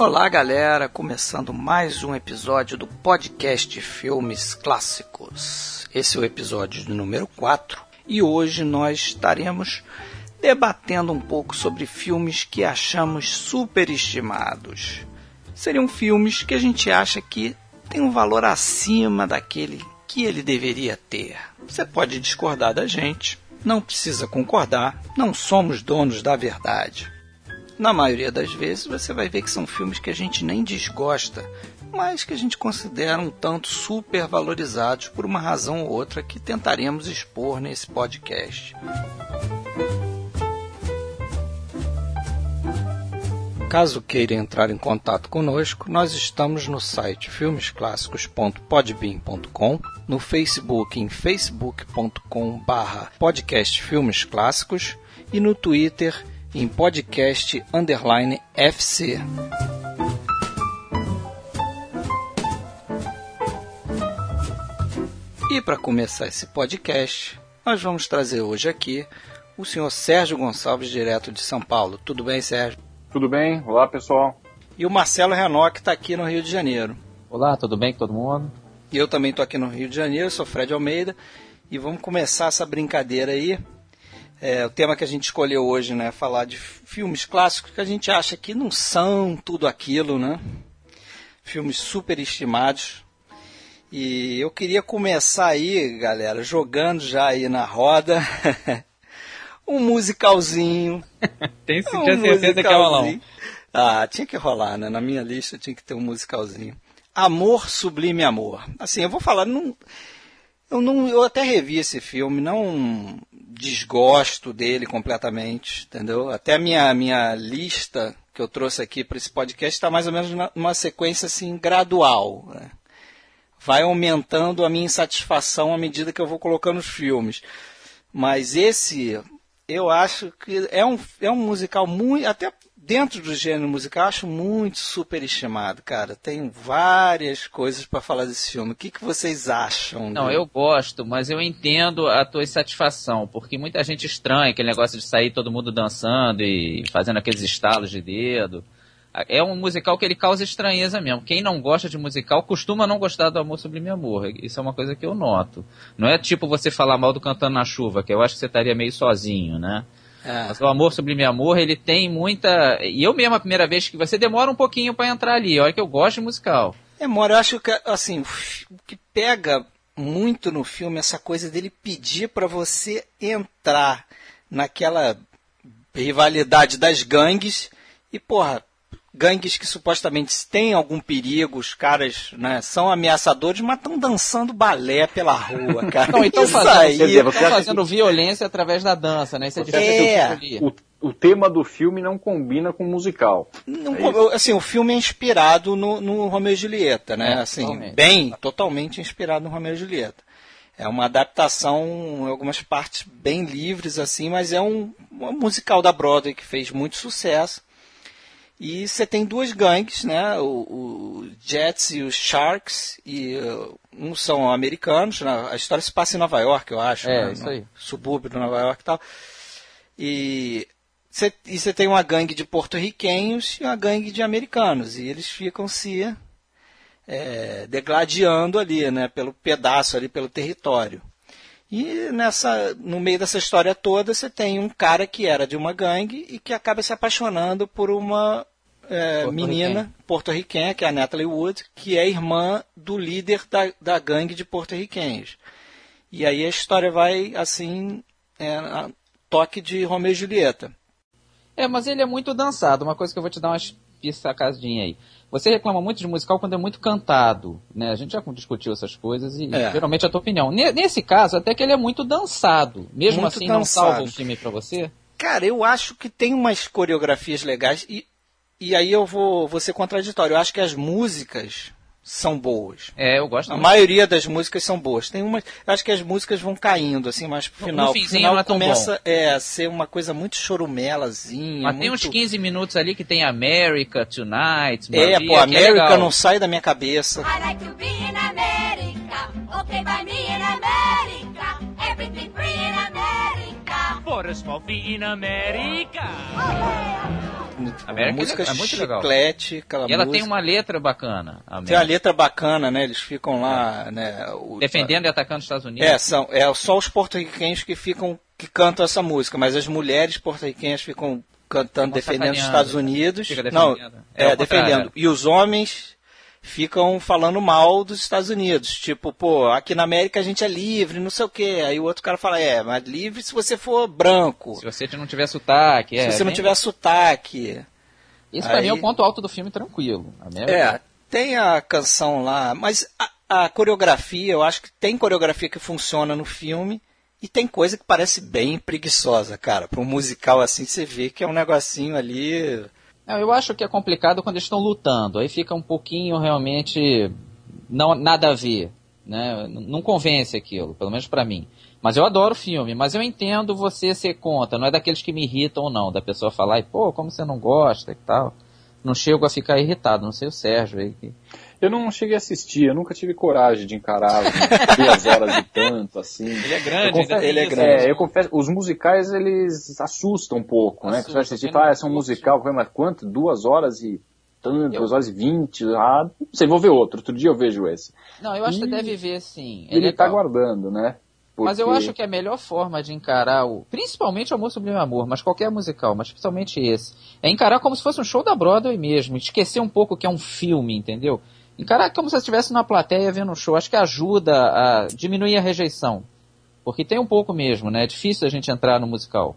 Olá galera, começando mais um episódio do podcast Filmes Clássicos. Esse é o episódio de número 4 e hoje nós estaremos debatendo um pouco sobre filmes que achamos superestimados. Seriam filmes que a gente acha que tem um valor acima daquele que ele deveria ter. Você pode discordar da gente, não precisa concordar, não somos donos da verdade. Na maioria das vezes você vai ver que são filmes que a gente nem desgosta, mas que a gente considera um tanto supervalorizados por uma razão ou outra que tentaremos expor nesse podcast. Caso queira entrar em contato conosco, nós estamos no site filmesclassicos.podbean.com, no Facebook em facebook.com/podcastfilmesclássicos e no Twitter em podcast_FC. E para começar esse podcast, nós vamos trazer hoje aqui o senhor Sérgio Gonçalves, direto de São Paulo. Tudo bem, Sérgio? Tudo bem? Olá, pessoal. E o Marcelo Renault, que está aqui no Rio de Janeiro. Olá, tudo bem com todo mundo? E eu também estou aqui no Rio de Janeiro, sou Fred Almeida, e vamos começar essa brincadeira aí. O tema que a gente escolheu hoje, né, falar de filmes clássicos que a gente acha que não são tudo aquilo, né? Filmes superestimados. E eu queria começar aí, galera, jogando já aí na roda um musicalzinho. Tinha certeza que ia rolar um. Ah, tinha que rolar, né? Na minha lista tinha que ter um musicalzinho. Amor, Sublime Amor. Assim, eu vou falar, eu até revi esse filme, não desgosto dele completamente, entendeu? Até a minha lista que eu trouxe aqui para esse podcast está mais ou menos numa sequência assim gradual, né? Vai aumentando a minha insatisfação à medida que eu vou colocando os filmes. Mas esse, eu acho que é um musical muito, até dentro do gênero musical, acho muito superestimado, cara. Tem várias coisas para falar desse filme. O que vocês acham? Não, eu gosto, mas eu entendo a tua insatisfação, porque muita gente estranha aquele negócio de sair todo mundo dançando e fazendo aqueles estalos de dedo. É um musical que ele causa estranheza mesmo. Quem não gosta de musical costuma não gostar do Amor, Sublime Amor. Isso é uma coisa que eu noto. Não é tipo você falar mal do Cantando na Chuva, que eu acho que você estaria meio sozinho, né? Mas o Amor, Sublime Amor, ele tem muita... E eu mesmo, a primeira vez que você demora um pouquinho pra entrar ali. Olha que eu gosto de musical. Demora, eu acho que, assim, o que pega muito no filme, essa coisa dele pedir pra você entrar naquela rivalidade das gangues e, porra, gangues que supostamente têm algum perigo, os caras, né, são ameaçadores, mas estão dançando balé pela rua, cara. Não, então fazendo violência através da dança, né? Isso é difícil. O tema do filme não combina com o musical. Não, assim, o filme é inspirado no Romeu e Julieta, né? Assim, totalmente inspirado no Romeu e Julieta. É uma adaptação, em algumas partes bem livres, assim, mas é um musical da Broadway que fez muito sucesso. E você tem duas gangues, né? O Jets e os Sharks, e uns são americanos, né? A história se passa em Nova York, eu acho. É, isso aí. Subúrbio de Nova York e tal. E você tem uma gangue de porto-riquenhos e uma gangue de americanos. E eles ficam se degladiando ali, né? Pelo pedaço ali, pelo território. E no meio dessa história toda, você tem um cara que era de uma gangue e que acaba se apaixonando por uma menina porto-riquenha, que é a Natalie Wood, que é irmã do líder da gangue de porto-riquenhos. E aí a história vai, assim, a toque de Romeu e Julieta. Mas ele é muito dançado. Uma coisa que eu vou te dar uma sacadinha aí. Você reclama muito de musical quando é muito cantado, né? A gente já discutiu essas coisas e geralmente é a tua opinião. Nesse caso, até que ele é muito dançado. Mesmo muito assim, dançado. Não salva o filme pra você? Cara, eu acho que tem umas coreografias legais e aí eu vou ser contraditório. Eu acho que as músicas são boas. Eu gosto. A maioria das músicas são boas. Tem umas, eu acho que as músicas vão caindo assim, mais pro final. No final não é começa a ser uma coisa muito chorumelazinha. Mas tem uns 15 minutos ali que tem America Tonight. America não sai da minha cabeça. I like to be in America. Okay, by me in America. Everything free in America. For a small fee in America. American música é muito legal. chiclete, aquela E ela música. tem uma letra bacana. Tem uma letra bacana, né? Eles ficam lá, né? Defendendo e atacando os Estados Unidos. É só os porto-riquenhos que cantam essa música, mas as mulheres porto-riquenhas ficam cantando, defendendo os Estados Unidos. Fica defendendo. Não, defendendo. E os homens ficam falando mal dos Estados Unidos. Tipo, pô, aqui na América a gente é livre, não sei o quê. Aí o outro cara fala, mas livre se você for branco. Se você não tiver sotaque. Se você não tiver sotaque. Isso pra mim é o ponto alto do filme, tranquilo. Tem a canção lá, mas a coreografia, eu acho que tem coreografia que funciona no filme e tem coisa que parece bem preguiçosa, cara. Para um musical assim, você vê que é um negocinho ali... Eu acho que é complicado quando eles estão lutando. Aí fica um pouquinho realmente nada a ver, né? Não convence aquilo, pelo menos pra mim. Mas eu adoro o filme, mas eu entendo você ser contra. Não é daqueles que me irritam ou não, da pessoa falar, pô, como você não gosta e tal. Não chego a ficar irritado, não sei o Sérgio aí. Eu não cheguei a assistir, eu nunca tive coragem de encarar 2 horas de tanto, assim. Ele é grande, ele é grande. Eu confesso, os musicais, eles assustam um pouco, né? Você vai assistir, esse é um musical, mas quanto? 2 horas e tanto, 2 horas e 20, não sei, vou ver outro dia eu vejo esse. Não, eu acho que deve ver, sim. Ele tá guardando, né? Mas eu acho que a melhor forma de encarar principalmente o Amor Sublime Amor, mas qualquer musical, mas principalmente esse, é encarar como se fosse um show da Broadway mesmo, esquecer um pouco que é um filme, entendeu? Encarar como se você estivesse na plateia vendo um show, acho que ajuda a diminuir a rejeição, porque tem um pouco mesmo, né? É difícil a gente entrar no musical.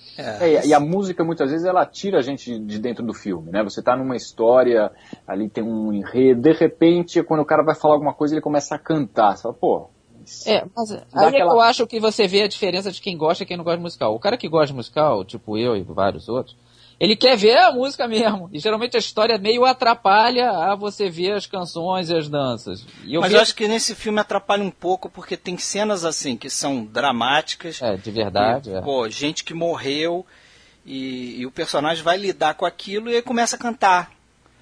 E a música muitas vezes ela tira a gente de dentro do filme, né? Você tá numa história, ali tem um enredo, de repente quando o cara vai falar alguma coisa ele começa a cantar, você fala, pô... mas aí é que eu acho que você vê a diferença de quem gosta e quem não gosta de musical. O cara que gosta de musical, tipo eu e vários outros, ele quer ver a música mesmo. E geralmente a história meio atrapalha a você ver as canções e as danças. Mas eu acho que nesse filme atrapalha um pouco, porque tem cenas assim que são dramáticas. De verdade. Pô, gente que morreu e o personagem vai lidar com aquilo e aí começa a cantar.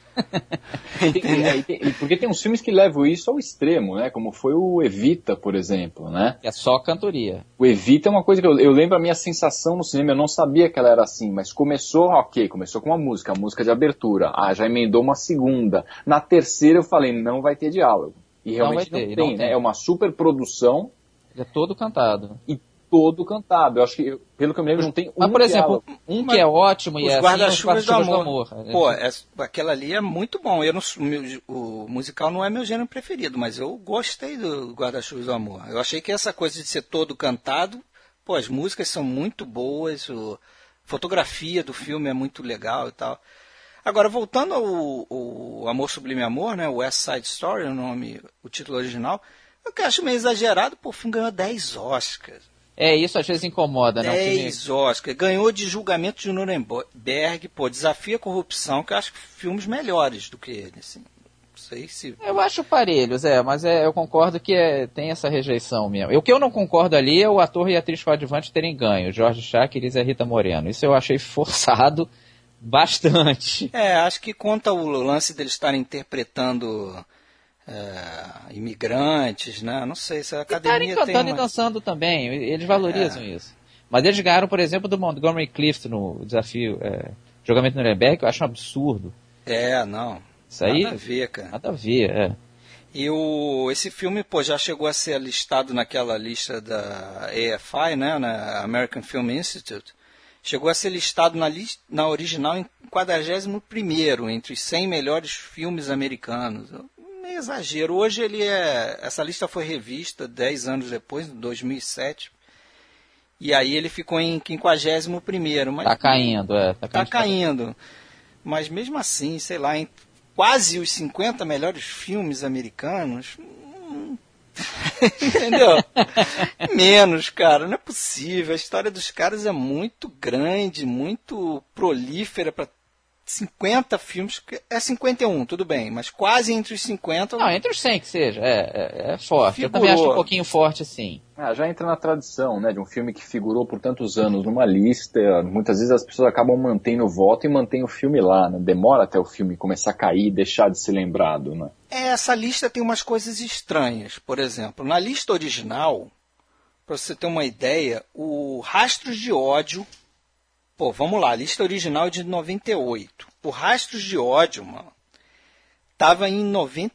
Porque tem uns filmes que levam isso ao extremo, né? Como foi o Evita, por exemplo, né? É só cantoria. O Evita é uma coisa que eu lembro a minha sensação no cinema, eu não sabia que ela era assim, mas começou com a música de abertura, já emendou uma segunda, na terceira eu falei, não vai ter diálogo, e realmente não tem, né? É uma super produção. É todo cantado. E todo cantado. Eu acho que, pelo que eu me lembro, não tem Mas, por exemplo, que é ótimo e é Guarda-Chuvas do Amor. Pô, né? Aquela ali é muito bom. O musical não é meu gênero preferido, mas eu gostei do Guarda-Chuvas do Amor. Eu achei que essa coisa de ser todo cantado, pô, as músicas são muito boas, a fotografia do filme é muito legal e tal. Agora, voltando ao Amor Sublime Amor, né, o West Side Story, o título original, eu acho meio exagerado, pô, o filme ganhou 10 Oscars. Isso às vezes incomoda, né? 10 Oscars. Ganhou de Julgamento de Nuremberg, pô, Desafio à Corrupção, que eu acho que filmes melhores do que ele, assim. Não sei se... Eu acho parelhos, mas eu concordo que tem essa rejeição mesmo. O que eu não concordo ali é o ator e a atriz coadjuvante terem ganho, Jorge Chakiris e a Rita Moreno. Isso eu achei forçado bastante. Acho que conta o lance deles estarem interpretando... imigrantes, né? Não sei se a academia cantando tem e dançando também, eles valorizam isso. Mas eles ganharam, por exemplo, do Montgomery Clift no desafio Julgamento de Nuremberg, que eu acho um absurdo. Não. Isso aí, nada a ver, cara. Nada a ver, E esse filme, pô, já chegou a ser listado naquela lista da AFI, né? Na American Film Institute. Chegou a ser listado na original em 41º, entre os 100 melhores filmes americanos. Meio exagero. Hoje essa lista foi revista 10 anos depois, em 2007. E aí ele ficou em 51º. Mas tá caindo, Tá caindo. Mas mesmo assim, sei lá, em quase os 50 melhores filmes americanos... Entendeu? Menos, cara, não é possível. A história dos caras é muito grande, muito prolífera para 50 filmes. É 51, tudo bem, mas quase entre os 50. Não, entre os 100 que seja. É forte. Figurou. Eu também acho um pouquinho forte, assim. Já entra na tradição, né, de um filme que figurou por tantos anos numa lista. Muitas vezes as pessoas acabam mantendo o voto e mantêm o filme lá, né? Demora até o filme começar a cair e deixar de ser lembrado, né? Essa lista tem umas coisas estranhas. Por exemplo, na lista original, para você ter uma ideia, o Rastros de Ódio Pô, vamos lá, a lista original é de 98. O Rastros de Ódio, mano, tava em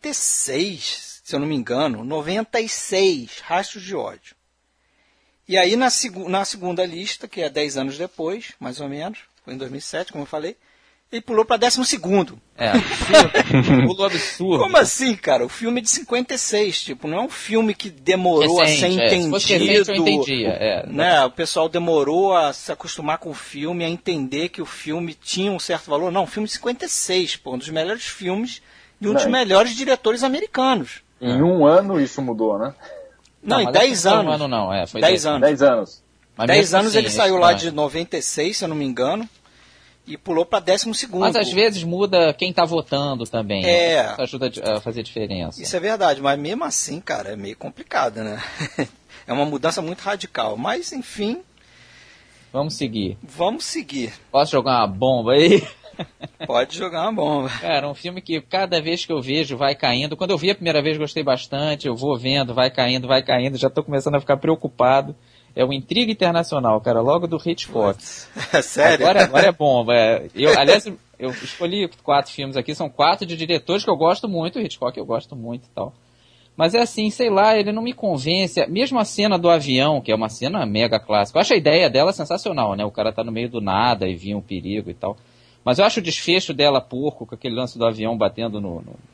96, se eu não me engano. 96, Rastros de Ódio. E aí na segunda lista, que é 10 anos depois, mais ou menos, foi em 2007, como eu falei, ele pulou para 12º. Pulou absurdo. Como assim, cara? O filme é de 56, tipo, não é um filme que demorou recente, a ser entendido. Se fosse recente, eu entendia. Né? O pessoal demorou a se acostumar com o filme, a entender que o filme tinha um certo valor. Não, um filme de 56, pô, um dos melhores filmes de um dos melhores diretores americanos. Em um ano isso mudou, né? Não, em 10 anos. Um ano não, foi 10 anos. 10 anos. Mas 10 anos assim, ele saiu lá de 96, se eu não me engano, e pulou para 12º. Mas às vezes muda quem tá votando também. Isso ajuda a fazer diferença. Isso é verdade, mas mesmo assim, cara, é meio complicado, né? É uma mudança muito radical. Mas, enfim... Vamos seguir. Posso jogar uma bomba aí? Pode jogar uma bomba. Cara, um filme que cada vez que eu vejo vai caindo. Quando eu vi a primeira vez gostei bastante, eu vou vendo, vai caindo, já tô começando a ficar preocupado. É o Intriga Internacional, cara, logo do Hitchcock. Sério? Agora é bomba. Aliás, eu escolhi 4 filmes aqui, são 4 de diretores que eu gosto muito, o Hitchcock eu gosto muito e tal. Mas é assim, sei lá, ele não me convence. Mesmo a cena do avião, que é uma cena mega clássica, eu acho a ideia dela sensacional, né? O cara tá no meio do nada e via um perigo e tal. Mas eu acho o desfecho dela porco, com aquele lance do avião batendo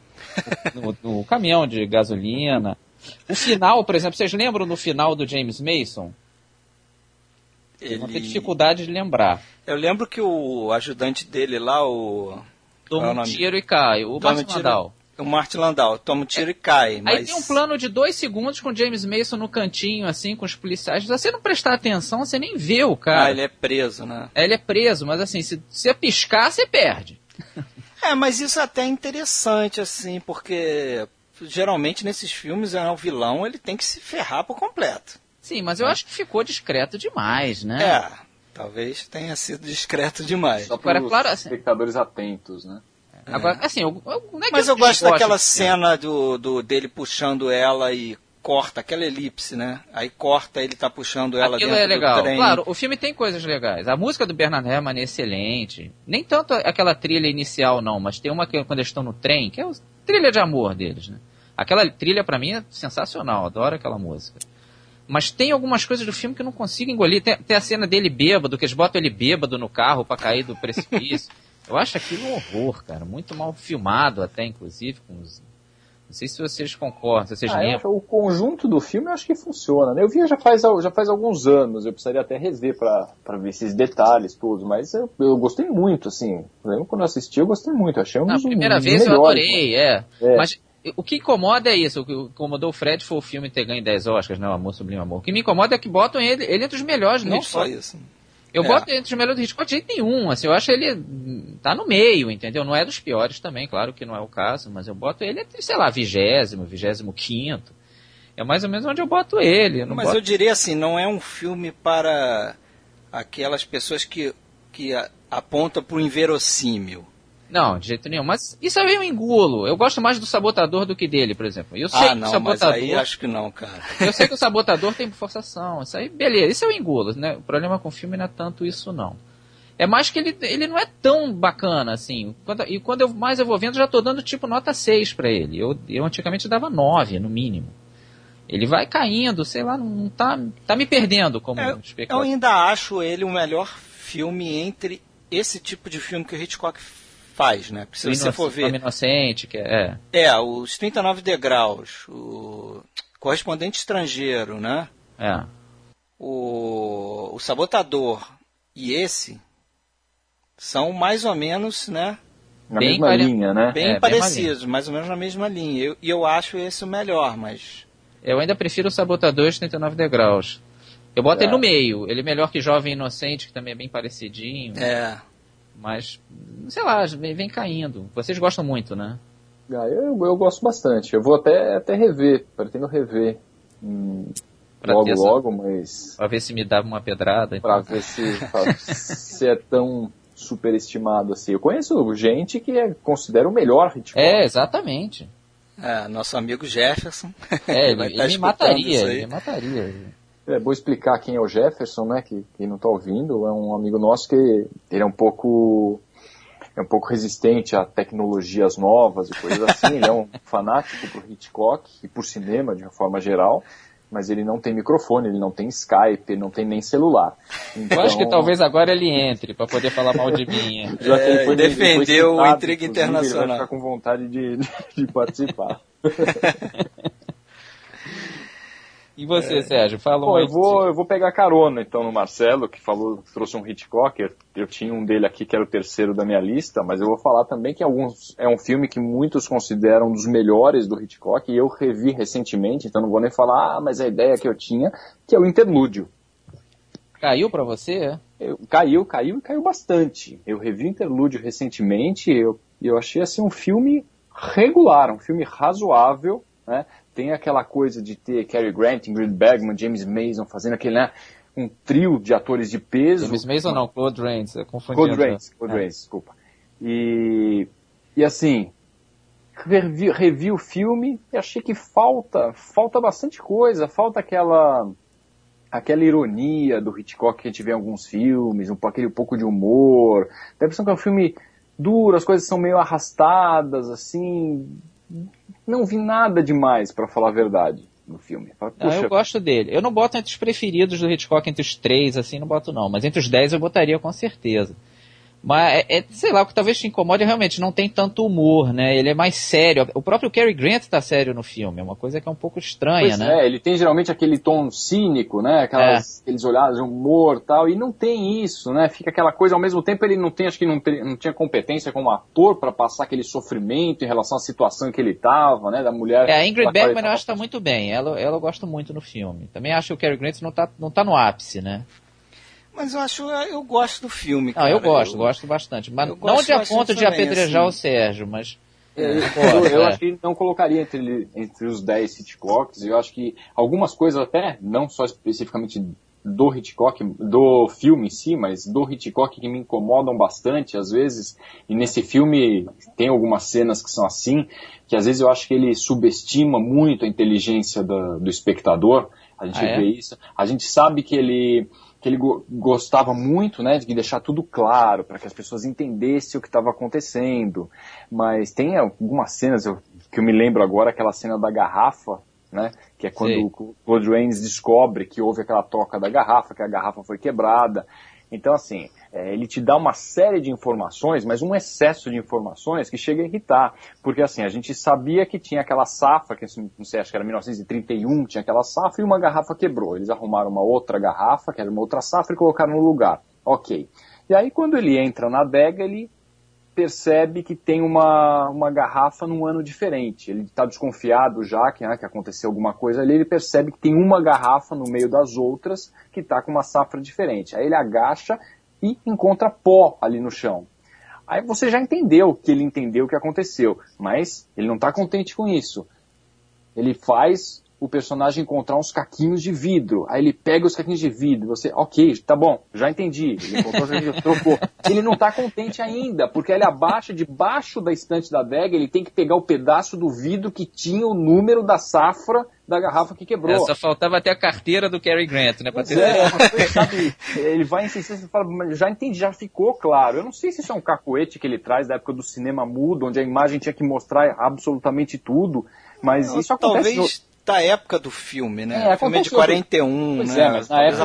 no caminhão de gasolina. O final, por exemplo, vocês lembram do final do James Mason? Não tem dificuldade de lembrar. Eu lembro que o ajudante dele lá, toma um tiro e cai, o Martin Landau. O Martin Landau, toma um tiro e cai. Aí tem um plano de 2 segundos com o James Mason no cantinho, assim, com os policiais. Se você não prestar atenção, você nem vê o cara. Ele é preso, né? Ele é preso, mas assim, se você piscar, você perde. Mas isso até é interessante, assim, porque geralmente nesses filmes o vilão ele tem que se ferrar por completo. Sim, mas eu acho que ficou discreto demais, né? Talvez tenha sido discreto demais. Só para os espectadores atentos, né? Agora, assim, mas eu gosto daquela cena dele puxando ela e corta, aquela elipse, né? Aí corta, ele tá puxando ela aquilo dentro é legal. do trem. Claro, o filme tem coisas legais. A música do Bernard Herrmann é excelente. Nem tanto aquela trilha inicial, não, mas tem uma que quando eles estão no trem, que é a trilha de amor deles, né? Aquela trilha, pra mim, é sensacional. Adoro aquela música. Mas tem algumas coisas do filme que eu não consigo engolir. Tem a cena dele bêbado, que eles botam ele bêbado no carro pra cair do precipício. Eu acho aquilo um horror, cara. Muito mal filmado até, inclusive. Não sei se vocês concordam, se vocês lembram. O conjunto do filme eu acho que funciona, né? Eu vi já faz alguns anos. Eu precisaria até rever pra ver esses detalhes todos. Mas eu gostei muito, assim. Eu lembro quando eu assisti, eu gostei muito. Eu achei a primeira vez eu adorei, Mas o que incomoda é isso. O que incomodou o Fred foi o filme ter ganho 10 Oscars, né? O Amor Sublime Amor. O que me incomoda é que botam ele entre os melhores do Hitchcock. Não só isso. Eu boto entre os melhores do Hitchcock de jeito nenhum. Assim, eu acho ele tá no meio, entendeu? Não é dos piores também, claro que não é o caso. Mas eu boto ele entre, sei lá, 25º. É mais ou menos onde eu boto ele. Eu diria assim, não é um filme para aquelas pessoas que apontam para o inverossímil. Não, de jeito nenhum. Mas isso aí eu engulo. Eu gosto mais do Sabotador do que dele, por exemplo. Eu sei que o Sabotador... mas aí acho que não, cara. Eu sei que o Sabotador tem forçação. Isso aí, beleza. Isso eu engulo, né? O problema com o filme não é tanto isso, não. É mais que ele não é tão bacana, assim. E quando mais eu vou vendo, já tô dando tipo nota 6 pra ele. Eu antigamente dava 9, no mínimo. Ele vai caindo, sei lá, não tá me perdendo como espectador. Eu ainda acho ele o melhor filme entre esse tipo de filme que o Hitchcock faz, né? Porque se você for ver... Inocente, que os 39 degraus, o Correspondente Estrangeiro, né? O Sabotador e esse são mais ou menos, né? Na mesma linha, né? Bem parecidos, mais ou menos na mesma linha. E eu acho esse o melhor, mas... Eu ainda prefiro o Sabotador e os 39 degraus. Eu boto ele no meio. Ele é melhor que Jovem Inocente, que também é bem parecidinho. Mas, sei lá, vem caindo. Vocês gostam muito, né? Eu gosto bastante. Eu vou até rever, pretendo rever logo, mas... Pra ver se me dá uma pedrada. Pra ver se é tão superestimado assim. Eu conheço gente que considera o melhor Hitchcock. Exatamente. Nosso amigo Jefferson. Ele me mataria. É bom explicar quem é o Jefferson, né, que não está ouvindo. É um amigo nosso que ele é um pouco resistente a tecnologias novas e coisas assim. Ele é um fanático por Hitchcock e por cinema de uma forma geral, mas ele não tem microfone, ele não tem Skype, ele não tem nem celular. Então, eu acho que talvez agora ele entre para poder falar mal de mim. Já que ele foi, defendeu o Intriga Internacional. Ele vai ficar com vontade de participar. E você, Sérgio, fala um. Bom, eu vou pegar carona então no Marcelo, que trouxe um Hitchcock. Eu tinha um dele aqui que era o terceiro da minha lista, mas eu vou falar também que é um filme que muitos consideram um dos melhores do Hitchcock, e eu revi recentemente, então não vou nem falar, mas a ideia que eu tinha, que é o Interlúdio. Caiu pra você? Caiu bastante. Eu revi o Interlúdio recentemente, eu achei assim um filme regular, um filme razoável, né? Tem aquela coisa de ter Cary Grant, Ingrid Bergman, James Mason fazendo aquele, né, um trio de atores de peso. James Mason não, Claude Rains, confundindo. Claude Rains, desculpa. E assim, revi o filme e achei que falta bastante coisa, falta aquela ironia do Hitchcock que a gente vê em alguns filmes, aquele pouco de humor. Dá a impressão que é um filme duro, as coisas são meio arrastadas, assim. Não vi nada demais, pra falar a verdade, no filme. Eu gosto dele. Eu não boto entre os preferidos do Hitchcock, entre os 3, assim, não boto não. Mas entre os 10 eu botaria com certeza. Mas, sei lá, o que talvez te incomode realmente não tem tanto humor, né? Ele é mais sério. O próprio Cary Grant tá sério no filme. É uma coisa que é um pouco estranha, pois né? Ele tem geralmente aquele tom cínico, né? Aqueles olhares de humor e tal. E não tem isso, né? Fica aquela coisa, ao mesmo tempo ele não tem, acho que não tinha competência como ator para passar aquele sofrimento em relação à situação que ele tava, né? Da mulher. A Ingrid Bergman eu acho que tá muito bem. Ela eu gosto muito no filme. Também acho que o Cary Grant não tá no ápice, né? Mas eu gosto do filme, cara. Eu gosto bastante. Mas não de a ponto de apedrejar assim o Sérgio, mas... Eu acho que não colocaria entre os 10 Hitchcocks. Eu acho que algumas coisas até, não só especificamente do Hitchcock, do filme em si, mas do Hitchcock que me incomodam bastante, às vezes. E nesse filme tem algumas cenas que são assim, que às vezes eu acho que ele subestima muito a inteligência do espectador. A gente vê isso. A gente sabe que ele gostava muito, né, de deixar tudo claro, para que as pessoas entendessem o que estava acontecendo. Mas tem algumas cenas que eu me lembro agora, aquela cena da garrafa, né, que é quando o Claude Rains descobre que houve aquela troca da garrafa, que a garrafa foi quebrada. Então, assim, ele te dá uma série de informações, mas um excesso de informações que chega a irritar. Porque, assim, a gente sabia que tinha aquela safra, que não sei, acho que era 1931, tinha aquela safra e uma garrafa quebrou. Eles arrumaram uma outra garrafa, que era uma outra safra, e colocaram no lugar. Ok. E aí, quando ele entra na adega, ele percebe que tem uma garrafa num ano diferente. Ele está desconfiado já que aconteceu alguma coisa ali, ele percebe que tem uma garrafa no meio das outras que está com uma safra diferente. Aí ele agacha e encontra pó ali no chão. Aí você já entendeu que ele entendeu o que aconteceu, mas ele não está contente com isso. Ele faz o personagem encontrar uns caquinhos de vidro. Aí ele pega os caquinhos de vidro. Você, ok, tá bom, já entendi. Ele encontrou os caquinhos de vidro, trocou. Ele não tá contente ainda, porque ele abaixa debaixo da estante da adega, ele tem que pegar o pedaço do vidro que tinha o número da safra da garrafa que quebrou. Só faltava até a carteira do Cary Grant, né? Pra ter... sabe, ele vai insistir, você fala, já entendi, já ficou claro. Eu não sei se isso é um cacoete que ele traz da época do cinema mudo, onde a imagem tinha que mostrar absolutamente tudo, mas isso acontece... Talvez da época do filme, né? O filme é de 41, pois né? Mas na época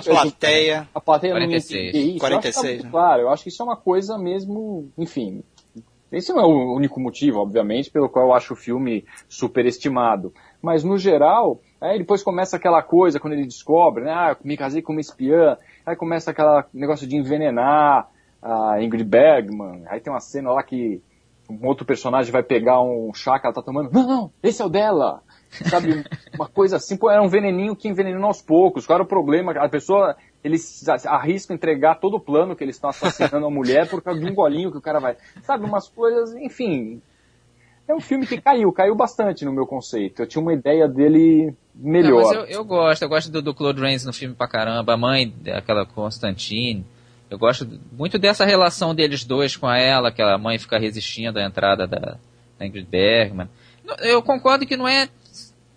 a plateia 46. Não isso. 46. Claro, eu acho que isso é uma coisa mesmo, enfim... Esse não é o único motivo, obviamente, pelo qual eu acho o filme superestimado. Mas, no geral, aí depois começa aquela coisa, quando ele descobre, né? Eu me casei com uma espiã. Aí começa aquele negócio de envenenar a Ingrid Bergman. Aí tem uma cena lá que um outro personagem vai pegar um chá que ela tá tomando. Não, esse é o dela. Sabe, uma coisa assim, pô, era um veneninho que envenenando aos poucos. Qual era o problema? A pessoa, eles arriscam entregar todo o plano que eles estão assassinando a mulher por causa de um golinho que o cara vai... Sabe, umas coisas, enfim... É um filme que caiu bastante no meu conceito. Eu tinha uma ideia dele melhor. Não, mas eu gosto do Claude Rains no filme pra caramba, a mãe, aquela Constantine. Eu gosto muito dessa relação deles dois com ela, que a mãe fica resistindo à entrada da Ingrid Bergman. Eu concordo que não é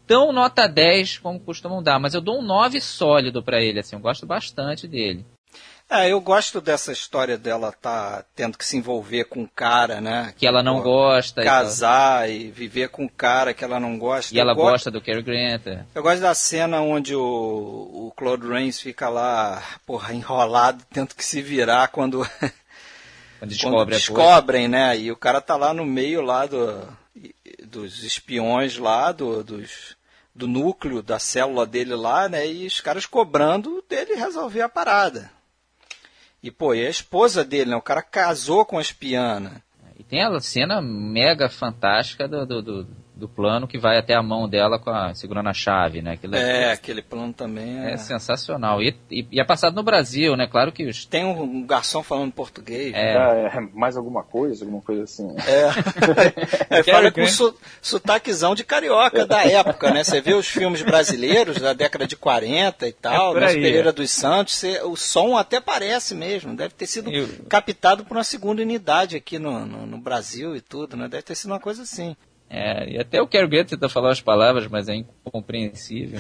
tão nota 10 como costumam dar, mas eu dou um 9 sólido pra ele, assim, eu gosto bastante dele. Eu gosto dessa história dela tá tendo que se envolver com um cara, né? Que ela não gosta. Casar e viver com um cara que ela não gosta. E ela gosta do Cary Grant. Eu gosto da cena onde o Claude Rains fica lá, enrolado, tendo que se virar quando descobrem, né? E o cara tá lá no meio lá dos espiões lá, do núcleo da célula dele lá, né? E os caras cobrando dele resolver a parada. E, e a esposa dele, né? O cara casou com a espiã, né? E tem a cena mega fantástica do plano que vai até a mão dela segurando a chave, né? Aquele plano também é sensacional. E é passado no Brasil, né? Claro que tem um garçom falando português. Mais alguma coisa assim. Fala com sotaquezão de carioca da época, né? Você vê os filmes brasileiros da década de 40 e tal, Nosso Pereira dos Santos, o som até parece mesmo. Deve ter sido captado por uma segunda unidade aqui no Brasil e tudo, né? Deve ter sido uma coisa assim. E até o Cary Grant tenta falar as palavras, mas é incompreensível.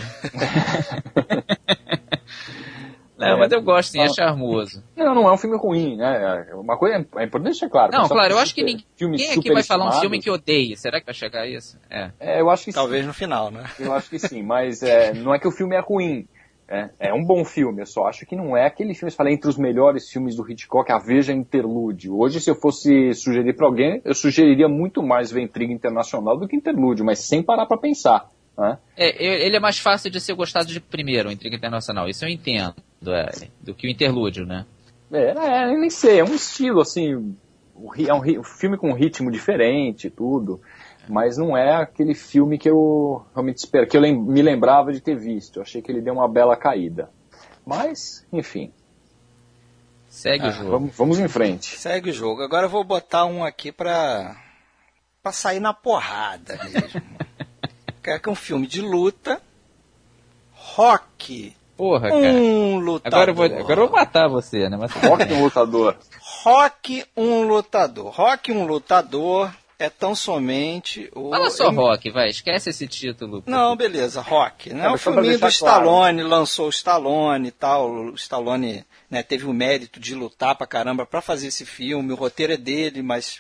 Não, mas eu gosto sim, é charmoso. Não é um filme ruim, né? Uma coisa é importante deixar claro. Não, claro, eu acho que ninguém aqui vai falar um filme que odeia. Será que vai chegar a isso? Eu acho que talvez sim. No final, né? Eu acho que sim, mas não é que o filme é ruim. É um bom filme, eu só acho que não é aquele filme que fala entre os melhores filmes do Hitchcock, a Veja Interlúdio. Hoje, se eu fosse sugerir para alguém, eu sugeriria muito mais Intriga Internacional do que Interlúdio, mas sem parar para pensar. Né? Ele é mais fácil de ser gostado de primeiro, o Intriga Internacional, isso eu entendo, do que o Interlúdio, né? Nem sei, é um estilo, assim, é um filme com um ritmo diferente, tudo. Mas não é aquele filme que eu realmente espero, que eu me lembrava de ter visto. Eu achei que ele deu uma bela caída. Mas, enfim. Segue o jogo. Vamos em frente. Segue o jogo. Agora eu vou botar um aqui pra sair na porrada mesmo. Que é um filme de luta. Rock. Porra, cara. Lutador. Agora eu vou matar você, né? Rock, um lutador. Rock, um lutador. Rock, um lutador. É tão somente Fala só Rock, vai, esquece esse título. Não, beleza, Rock, né? O filminho do Stallone, lançou o Stallone e tal, o Stallone, né, teve o mérito de lutar pra caramba pra fazer esse filme, o roteiro é dele, mas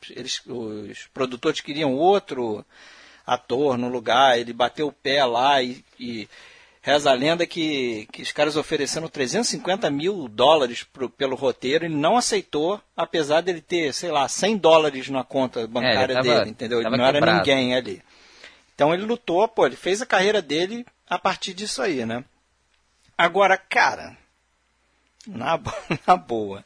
os produtores queriam outro ator no lugar, ele bateu o pé lá e reza a lenda que os caras ofereceram $350 mil pelo roteiro, ele não aceitou, apesar dele ter, sei lá, $100 na conta bancária dele, entendeu? Ele não era ninguém ali. Então ele lutou, ele fez a carreira dele a partir disso aí, né? Agora, cara, na boa,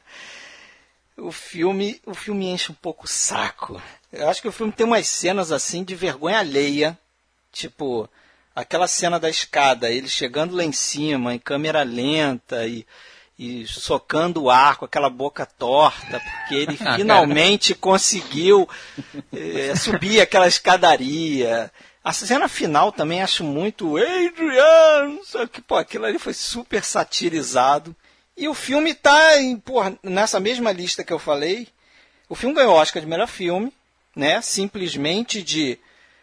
o filme enche um pouco o saco. Eu acho que o filme tem umas cenas assim de vergonha alheia, tipo... Aquela cena da escada, ele chegando lá em cima, em câmera lenta e socando o ar com aquela boca torta, porque ele finalmente conseguiu subir aquela escadaria. A cena final também acho muito Adrian, só que aquilo ali foi super satirizado. E o filme tá nessa mesma lista que eu falei. O filme ganhou o Oscar de melhor filme, né? Simplesmente de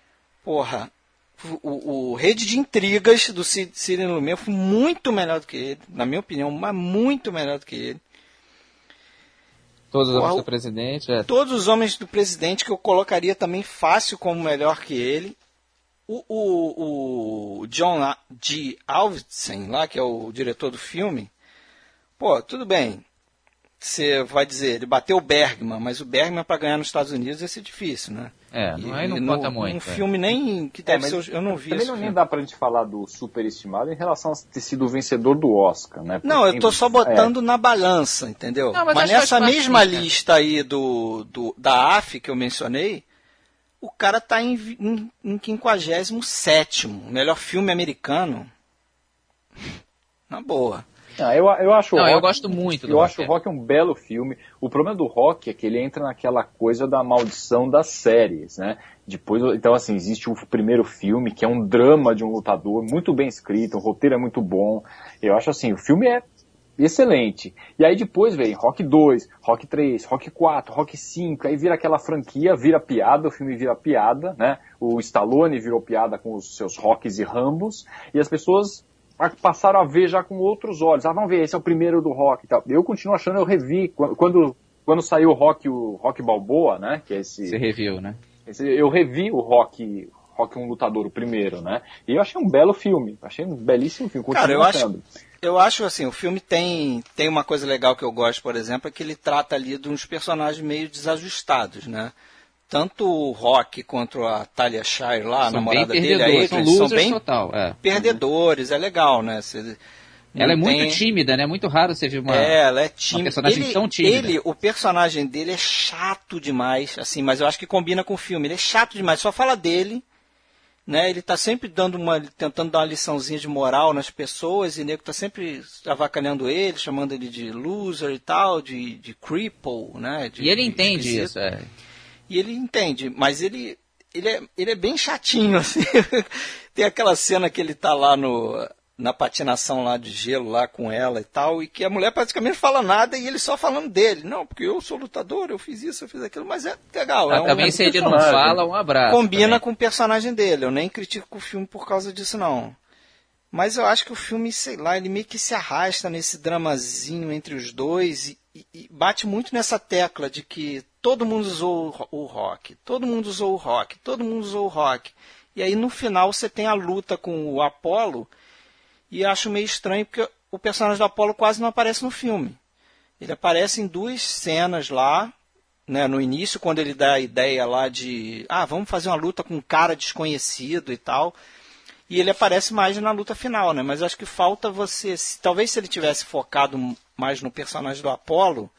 o Rede de Intrigas do Sidney Lumet foi muito melhor do que ele, na minha opinião, mas muito melhor do que ele. Todos os Homens do Presidente. Todos os Homens do Presidente, que eu colocaria também fácil como melhor que ele. O John G. Avildsen, lá, que é o diretor do filme, tudo bem. Você vai dizer, ele bateu o Bergman, mas o Bergman para ganhar nos Estados Unidos ia ser difícil, né? Aí não conta muito. Um filme nem que deve ser, eu não vi também esse nem filme. dá pra gente falar do superestimado em relação a ter sido o vencedor do Oscar, né? Porque não, eu tô só botando na balança, entendeu? Não, mas nessa mesma lista aí da AF que eu mencionei, o cara tá em 57º, melhor filme americano. Na boa. Eu acho o Rock, eu gosto muito do Rock. Eu acho o Rock um belo filme. O problema do Rock é que ele entra naquela coisa da maldição das séries, né? Depois, então, assim, existe o primeiro filme, que é um drama de um lutador, muito bem escrito, o roteiro é muito bom. Eu acho assim, o filme é excelente. E aí depois vem Rock 2, Rock 3, Rock 4, Rock 5, aí vira aquela franquia, vira piada, o filme vira piada, né? O Stallone virou piada com os seus Rocks e Rambos, e as pessoas passaram a ver já com outros olhos. Vamos ver, esse é o primeiro do Rock e tal. Eu continuo achando, eu revi, quando saiu o Rock Balboa, né? Que é esse... Você reviu, né? Eu revi o Rock um Lutador, o primeiro, né? E eu achei um belo filme, achei um belíssimo filme. Cara, eu acho assim, o filme tem uma coisa legal que eu gosto, por exemplo, é que ele trata ali de uns personagens meio desajustados, né? Tanto o Rock quanto a Talia Shire lá, a namorada dele, a Adrian, são bem total, perdedores, é legal, né? Ela é muito tímida, né? Muito raro você ver ela é tímida. Uma personagem tão tímida. O personagem dele é chato demais, assim, mas eu acho que combina com o filme. Ele é chato demais, só fala dele, né? Ele tá sempre tentando dar uma liçãozinha de moral nas pessoas, e o nego tá sempre avacalhando ele, chamando ele de loser e tal, de cripple, né? E ele entende isso, E ele entende, mas ele é bem chatinho, assim. Tem aquela cena que ele tá lá na patinação lá de gelo lá com ela e tal, e que a mulher praticamente fala nada e ele só falando dele. Não, porque eu sou lutador, eu fiz isso, eu fiz aquilo, mas é legal. Também se ele não fala, um abraço. Combina também com o personagem dele, eu nem critico o filme por causa disso, não. Mas eu acho que o filme, sei lá, ele meio que se arrasta nesse dramazinho entre os dois e bate muito nessa tecla de que todo mundo usou o Rock, todo mundo usou o Rock, todo mundo usou o Rock. E aí no final você tem a luta com o Apollo. E acho meio estranho porque o personagem do Apollo quase não aparece no filme. Ele aparece em 2 cenas lá, né, no início, quando ele dá a ideia lá de vamos fazer uma luta com um cara desconhecido e tal. E ele aparece mais na luta final, né? Mas acho que falta talvez se ele tivesse focado mais no personagem do Apollo,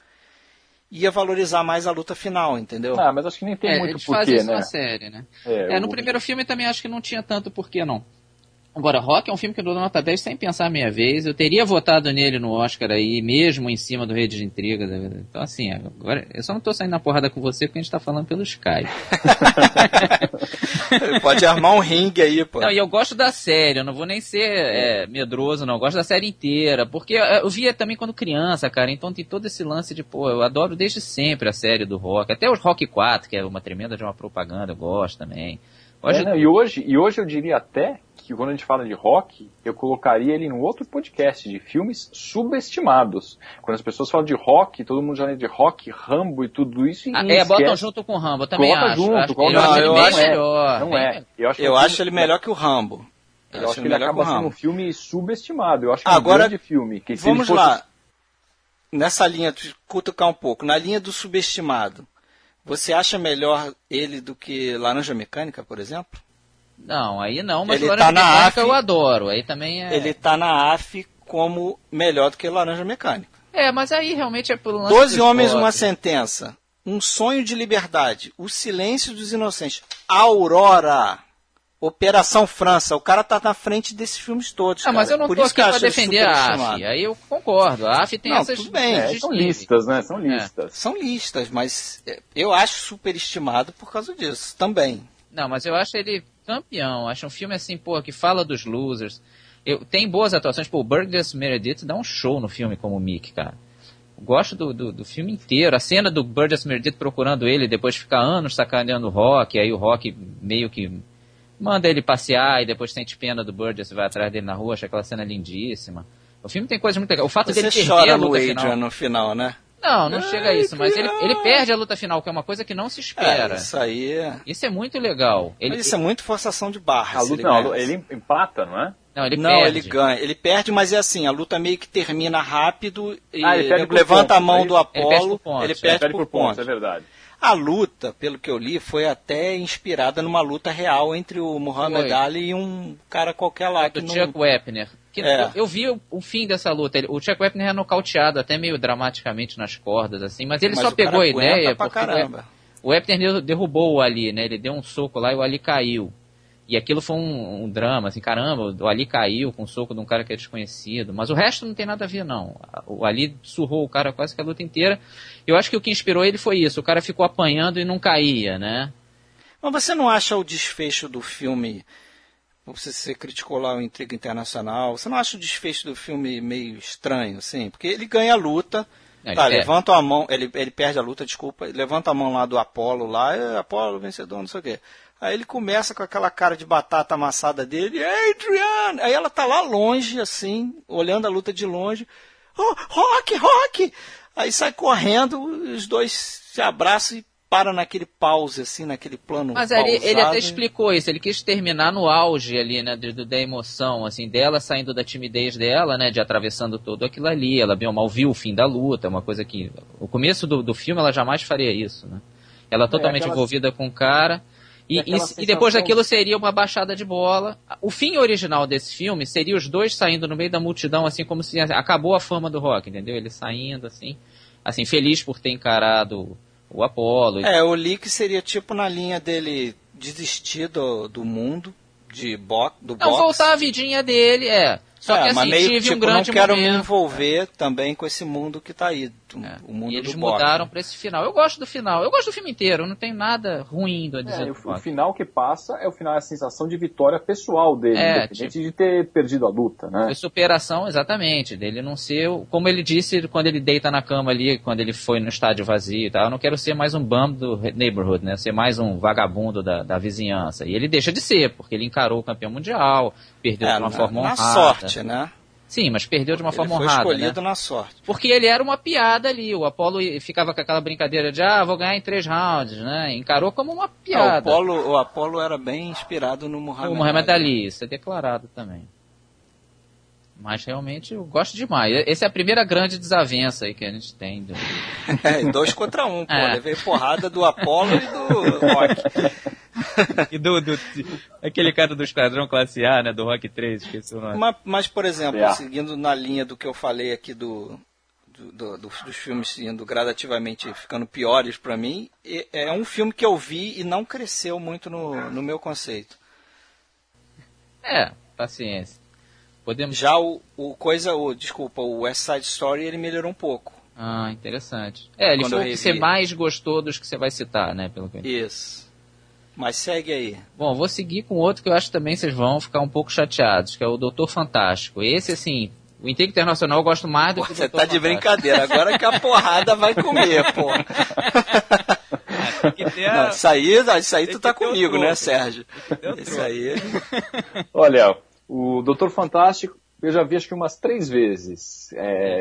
ia valorizar mais a luta final, entendeu? Mas acho que nem tem muito porquê, isso né? Na série, né? No primeiro filme também acho que não tinha tanto porquê, não. Agora, Rock é um filme que eu dou nota 10 sem pensar meia vez. Eu teria votado nele no Oscar aí, mesmo em cima do Rede de Intrigas. Então, assim, agora eu só não tô saindo na porrada com você porque a gente tá falando pelo Skype. Pode armar um ringue aí, pô. Não, e eu gosto da série, eu não vou nem ser medroso, não. Eu gosto da série inteira, porque eu via também quando criança, cara. Então tem todo esse lance de, eu adoro desde sempre a série do Rock. Até o Rock 4, que é uma tremenda de uma propaganda, eu gosto também. E hoje eu diria até que quando a gente fala de Rock, eu colocaria ele num outro podcast de filmes subestimados. Quando as pessoas falam de Rock, todo mundo já lembra de Rock, Rambo e tudo isso. Botam junto com o Rambo, eu também acho. Eu acho melhor. Não é. Eu acho ele melhor que o Rambo. Eu acho que ele acaba sendo um filme subestimado. Eu acho que agora, é um grande filme. Que vamos lá. Nessa linha, cutucar um pouco. Na linha do subestimado, você acha melhor ele do que Laranja Mecânica, por exemplo? Não, aí não, mas ele Laranja Mecânica AF, eu adoro. Aí também Ele tá na AF como melhor do que Laranja Mecânica. Mas aí realmente é pelo lance 12 Homens, uma Sentença, Um Sonho de Liberdade, O Silêncio dos Inocentes, Aurora, Operação França. O cara tá na frente desses filmes todos. Mas eu não tô aqui pra defender a AF. Aí eu concordo. A AF tem essas... Tudo bem. São listas, né? São listas. São listas, mas eu acho superestimado por causa disso também. Não, mas eu acho ele campeão. Acho um filme assim, que fala dos losers. Tem boas atuações. O Burgess Meredith dá um show no filme como Mick, cara. Eu gosto do filme inteiro. A cena do Burgess Meredith procurando ele, depois ficar anos sacaneando o Rock, aí o Rock meio que manda ele passear e depois sente pena do Burgess e vai atrás dele na rua. Acho aquela cena lindíssima. O filme tem coisas muito legais. O fato dele perder chora a luta no Adrian final. no final, né? Não chega a isso, mas ele perde a luta final, que é uma coisa que não se espera. Isso é muito legal. Mas isso é muito forçação de barra. Ele empata, não é? Não, ele perde. Ele ganha. Ele perde, mas é assim, a luta meio que termina rápido e ele levanta a mão do Apollo, ele perde por pontos. É verdade. A luta, pelo que eu li, foi até inspirada numa luta real entre o Muhammad Ali e um cara qualquer lá. Do Chuck Wepner. Eu vi o fim dessa luta. O Chuck Wepner é nocauteado até meio dramaticamente nas cordas, assim, mas ele só pegou a ideia porque o Wepner derrubou o Ali, né? Ele deu um soco lá e o Ali caiu. E aquilo foi um drama, assim, caramba, o Ali caiu com um soco de um cara que é desconhecido. Mas o resto não tem nada a ver, não. O Ali surrou o cara quase que a luta inteira. Eu acho que o que inspirou ele foi isso. O cara ficou apanhando e não caía, né? Mas você não acha o desfecho do filme você criticou lá o Intriga Internacional, você não acha o desfecho do filme meio estranho, assim? Porque ele ganha a luta, levanta a mão, ele perde a luta, desculpa, levanta a mão lá do Apollo lá, Apollo vencedor, não sei o quê. Aí ele começa com aquela cara de batata amassada dele, Adrian! Aí ela tá lá longe, assim, olhando a luta de longe, oh, Rock! Aí sai correndo, os dois se abraçam e param naquele pause, assim, naquele plano. Mas ele até explicou isso, ele quis terminar no auge ali, né, da emoção, assim, dela saindo da timidez dela, né, de atravessando tudo aquilo ali, ela bem ou mal viu o fim da luta, uma coisa que, o começo do filme ela jamais faria isso, né. Ela totalmente envolvida com o cara, e depois daquilo seria uma baixada de bola. O fim original desse filme seria os dois saindo no meio da multidão, assim, como se acabou a fama do Rock, entendeu? Ele saindo, assim, feliz por ter encarado o Apollo. O Lick seria tipo na linha dele desistir do mundo, do boxe. Voltar a vidinha dele, Só que assim, meio, tive tipo, um grande não quero momento. me envolver também com esse mundo que tá aí, o mundo e eles do boxe. mudaram pra esse final. Eu gosto do final, eu gosto do filme inteiro, não tem nada ruim a dizer do o final que passa é o final, é a sensação de vitória pessoal dele, independente de ter perdido a luta, né? Foi superação, exatamente, dele não ser, como ele disse quando ele deita na cama ali, quando ele foi no estádio vazio e tal, eu não quero ser mais um bum do neighborhood, né? Ser mais um vagabundo da vizinhança. E ele deixa de ser, porque ele encarou o campeão mundial, perdeu de uma forma honrada. Na sorte, né? Sim, mas perdeu de uma forma honrada. Ele foi escolhido na sorte. Porque ele era uma piada ali. O Apollo ficava com aquela brincadeira de vou ganhar em 3 rounds, né? Encarou como uma piada. O Apollo era bem inspirado no Muhammad Ali. O Muhammad Ali, isso é declarado também. Mas realmente eu gosto demais. Essa é a primeira grande desavença aí que a gente tem. 2 contra 1, Levei porrada do Apollo e do Rock. E aquele cara do Esquadrão Classe A, né? Do Rock 3, esqueci o nome. Mas por exemplo, seguindo na linha do que eu falei aqui dos filmes indo gradativamente ficando piores pra mim, é um filme que eu vi e não cresceu muito no meu conceito. Paciência. Podemos... Já o West Side Story, ele melhorou um pouco. Interessante. Ele foi o que você mais gostou dos que você vai citar, né? Pelo que... Isso. Mas segue aí. Bom, vou seguir com outro que eu acho que também vocês vão ficar um pouco chateados, que é o Doutor Fantástico. Esse, assim, o Intriga Internacional eu gosto mais do que o Doutor Fantástico. Você tá de brincadeira, agora que a porrada vai comer, pô. Isso aí tu tá comigo, né, Sérgio? Isso aí. Olha, o Doutor Fantástico eu já vi acho que umas 3 vezes.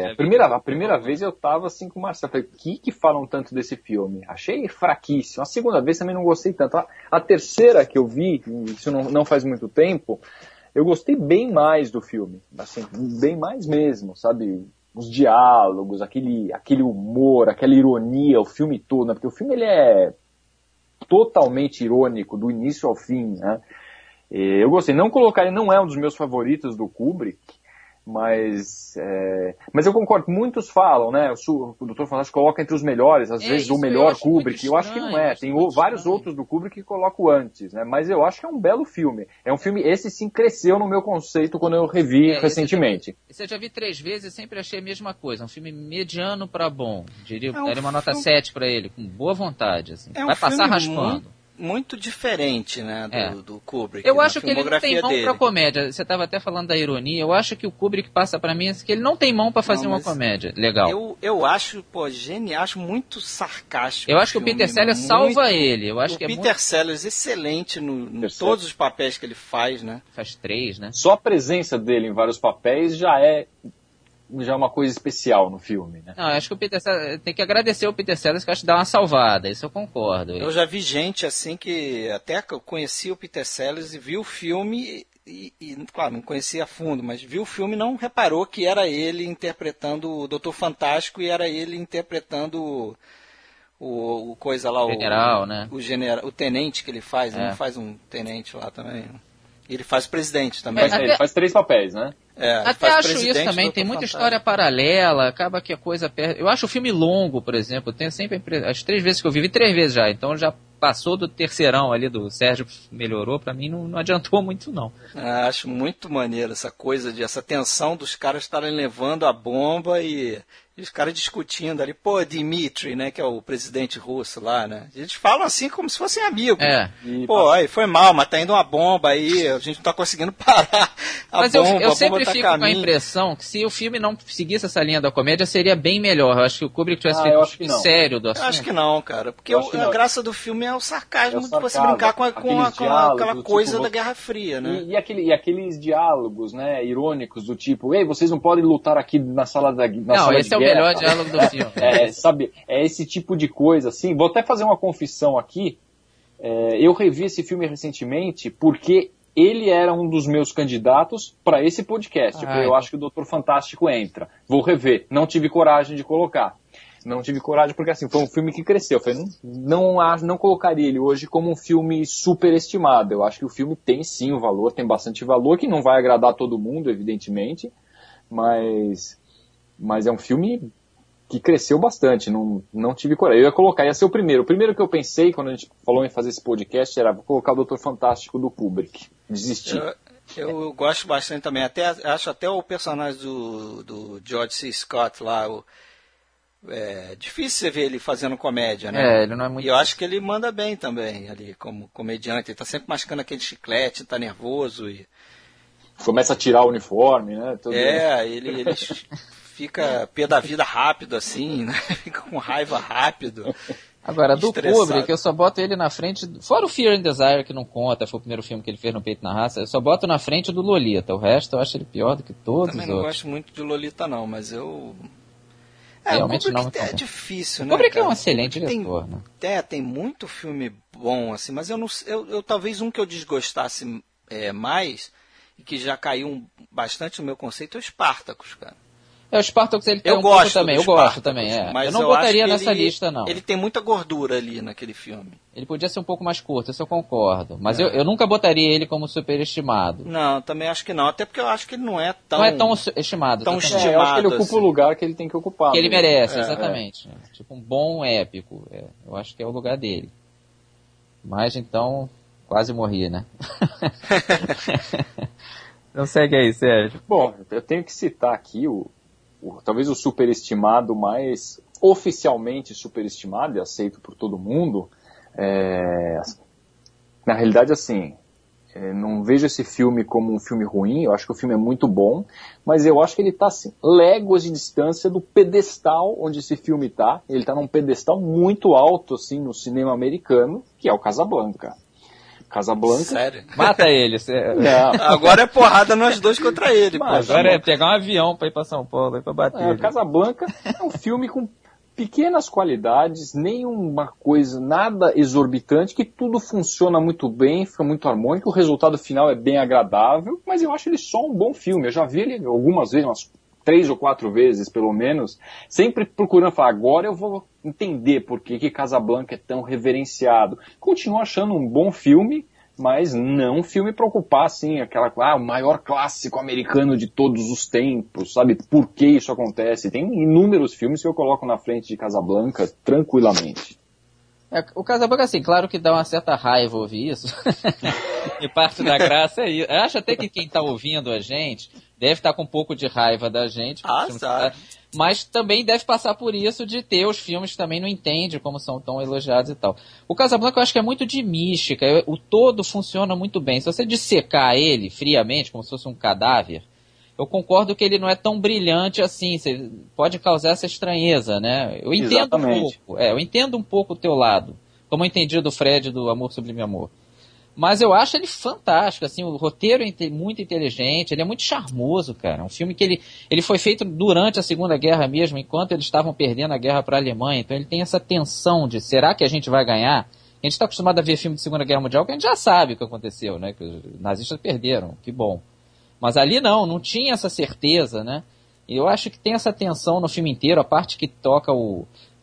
A primeira vez eu tava assim com o Marcelo. Falei, que falam tanto desse filme? Achei fraquíssimo. A segunda vez também não gostei tanto. A terceira que eu vi, isso não faz muito tempo, eu gostei bem mais do filme. Assim, bem mais mesmo, sabe? Os diálogos, aquele humor, aquela ironia, o filme todo, né? Porque o filme ele é totalmente irônico, do início ao fim, né? Eu gostei, não é um dos meus favoritos do Kubrick, mas eu concordo, muitos falam, né, o Dr. Fantástico coloca entre os melhores, às vezes o melhor Kubrick, eu acho que não é, tem vários outros do Kubrick que colocam antes, né, mas eu acho que é um belo filme, esse sim cresceu no meu conceito quando eu revi recentemente. Esse eu já vi 3 vezes e sempre achei a mesma coisa, um filme mediano pra bom, daria uma nota 7 pra ele, com boa vontade, assim. Vai passar raspando. Muito diferente, né, do Kubrick. Eu acho que ele não tem mão pra comédia. Você estava até falando da ironia. Eu acho que o Kubrick passa pra mim que ele não tem mão pra fazer uma comédia legal. Eu acho, genial, acho muito sarcástico. Eu acho que o Peter Sellers salva ele. Eu acho que Peter Sellers excelente em todos os papéis que ele faz, né? Faz 3, né? Só a presença dele em vários papéis já é uma coisa especial no filme, né? Não, acho que o Peter Sellers, tem que agradecer o Peter Sellers, que acho que dá uma salvada, isso eu concordo. Eu já vi gente assim que até conhecia o Peter Sellers e viu o filme e claro, não conhecia a fundo, mas viu o filme e não reparou que era ele interpretando o Doutor Fantástico e era ele interpretando o coisa lá, general, né? O tenente que ele faz, ele faz um tenente lá também. Ele faz o presidente também. Ele faz 3 papéis, né? Até acho isso também, tem muita história paralela, acaba que a coisa perde. Eu acho o filme longo, por exemplo, eu tenho sempre as 3 vezes que eu vi 3 vezes já, então já passou do terceirão ali do Sérgio, melhorou, pra mim não adiantou muito não. Acho muito maneiro essa coisa essa tensão dos caras estarem levando a bomba e E os caras discutindo ali, pô, Dmitry, né, que é o presidente russo lá, né? Eles falam assim como se fossem amigos. Pô, aí foi mal, mas tá indo uma bomba aí, a gente não tá conseguindo parar a mas bomba. Eu sempre tá fico com a impressão que se o filme não seguisse essa linha da comédia, seria bem melhor. Eu acho que o Kubrick tivesse feito um filme sério do assunto. Eu acho que não, cara, porque a graça do filme é o sarcasmo de você brincar com aquela coisa tipo, da Guerra Fria, né? E aqueles diálogos, né, irônicos do tipo, ei, vocês não podem lutar aqui na sala da guerra. Não, esse é o melhor diálogo do filme. Sabe, é esse tipo de coisa, assim. Vou até fazer uma confissão aqui. Eu revi esse filme recentemente porque ele era um dos meus candidatos para esse podcast. Eu acho que o Dr. Fantástico entra. Vou rever. Não tive coragem de colocar. Não tive coragem porque, assim, foi um filme que cresceu. Eu falei, não colocaria ele hoje como um filme superestimado. Eu acho que o filme tem sim o valor, tem bastante valor, que não vai agradar todo mundo, evidentemente, mas é um filme que cresceu bastante, não tive coragem. Eu ia colocar, ia ser o primeiro. O primeiro que eu pensei, quando a gente falou em fazer esse podcast, era colocar o Dr. Fantástico do Kubrick. Desistir. Eu gosto bastante também. Acho até o personagem do George C. Scott lá, é difícil você ver ele fazendo comédia, né? Ele não é muito... E eu acho que ele manda bem também, ali, como comediante. Ele tá sempre mascando aquele chiclete, tá nervoso e... Começa a tirar o uniforme, né? Ele fica pé da vida rápido, assim, né? Fica com raiva rápido. Agora, do Kubrick, eu só boto ele na frente... Fora o Fear and Desire, que não conta, foi o primeiro filme que ele fez no Peito na Raça, eu só boto na frente do Lolita. O resto eu acho ele pior do que todos os outros. Também não gosto muito de Lolita, não, mas eu... Realmente não. É difícil, né? O Kubrick é um excelente diretor, né? Tem muito filme bom, assim, mas eu talvez um que eu desgostasse mais, e que já caiu bastante no meu conceito, é o Spartacus, cara. O Spartacus ele tem um pouco também, eu gosto também, Mas eu não botaria nessa lista, não. Ele tem muita gordura ali naquele filme. Ele podia ser um pouco mais curto, isso eu concordo. Mas eu nunca botaria ele como superestimado. Não, também acho que não. Até porque eu acho que ele não é tão... Não é tão estimado. Tão estimado, eu acho que ele ocupa assim. o lugar que ele tem que ocupar. Que ele merece, exatamente. Tipo um bom épico. Eu acho que é o lugar dele. Mas então, quase morri, né? Então segue aí, Sérgio. Bom, eu tenho que citar aqui talvez o superestimado mais oficialmente superestimado e aceito por todo mundo. Na realidade, assim, não vejo esse filme como um filme ruim, eu acho que o filme é muito bom, mas eu acho que ele está assim, léguas de distância do pedestal onde esse filme está. Ele está num pedestal muito alto assim, no cinema americano, que é o Casablanca. Casablanca. Sério? Mata ele. Não. Agora é porrada nós dois contra ele. Mas, agora é pegar um avião para ir para São Paulo, para bater. Casablanca é um filme com pequenas qualidades, nenhuma coisa, nada exorbitante, que tudo funciona muito bem, fica muito harmônico, o resultado final é bem agradável, mas eu acho ele só um bom filme. Eu já vi ele algumas vezes, umas 3 ou 4 vezes pelo menos, sempre procurando falar, agora eu vou entender por que Casablanca é tão reverenciado. Continuo achando um bom filme, mas não um filme para ocupar, assim, o maior clássico americano de todos os tempos, sabe? Por que isso acontece? Tem inúmeros filmes que eu coloco na frente de Casablanca tranquilamente. O Casablanca, assim, claro que dá uma certa raiva ouvir isso. E parte da graça é isso. Eu acho até que quem está ouvindo a gente deve estar com um pouco de raiva da gente. Mas também deve passar por isso de ter os filmes que também não entende como são tão elogiados e tal. O Casablanca eu acho que é muito de mística. O todo funciona muito bem. Se você dissecar ele friamente, como se fosse um cadáver, eu concordo que ele não é tão brilhante assim, você pode causar essa estranheza, né? Eu entendo Exatamente. um pouco, eu entendo um pouco o teu lado, como eu entendi do Fred do Amor Sublime Amor. Mas eu acho ele fantástico, assim, o roteiro é muito inteligente, ele é muito charmoso, cara. É um filme que ele foi feito durante a Segunda Guerra mesmo, enquanto eles estavam perdendo a guerra para a Alemanha, então ele tem essa tensão de, será que a gente vai ganhar? A gente está acostumado a ver filme de Segunda Guerra Mundial, que a gente já sabe o que aconteceu, né? Que os nazistas perderam, que bom. Mas ali não tinha essa certeza, né? E eu acho que tem essa tensão no filme inteiro, a parte que toca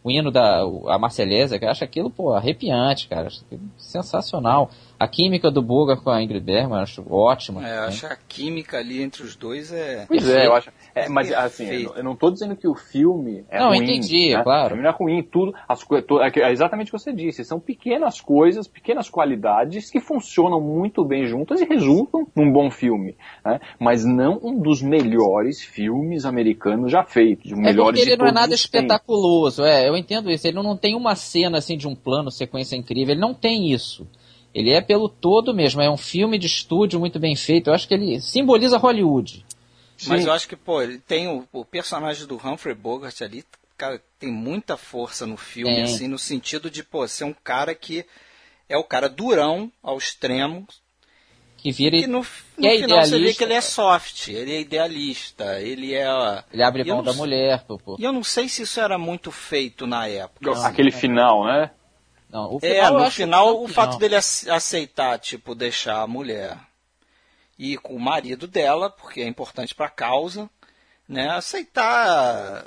o hino a Marseillaise, que eu acho aquilo, pô, arrepiante, cara. Acho aquilo sensacional. A química do Bogart com a Ingrid Bergman, acho ótima. Eu acho que a química ali entre os dois é... Pois é, eu acho... mas assim, eu não tô dizendo que o filme é ruim. Não, entendi, né? claro. O filme não é ruim, tudo... É exatamente o que você disse. São pequenas coisas, pequenas qualidades que funcionam muito bem juntas e resultam num bom filme. Né? Mas não um dos melhores filmes americanos já feitos. Porque ele não é nada espetaculoso. Eu entendo isso. Ele não tem uma cena assim de um plano, sequência incrível. Ele não tem isso. Ele é pelo todo mesmo. É um filme de estúdio muito bem feito. Eu acho que ele simboliza Hollywood. Mas eu acho que, ele tem o personagem do Humphrey Bogart ali, cara, tem muita força no filme, assim, no sentido de, ser um cara que é o cara durão ao extremo, que vira que no final você vê que ele é soft, ele é idealista, ele abre mão da mulher. E eu não sei se isso era muito feito na época. Aquele final, né? Não, no final, o fato dele aceitar, deixar a mulher ir com o marido dela, porque é importante para a causa, né? Aceitar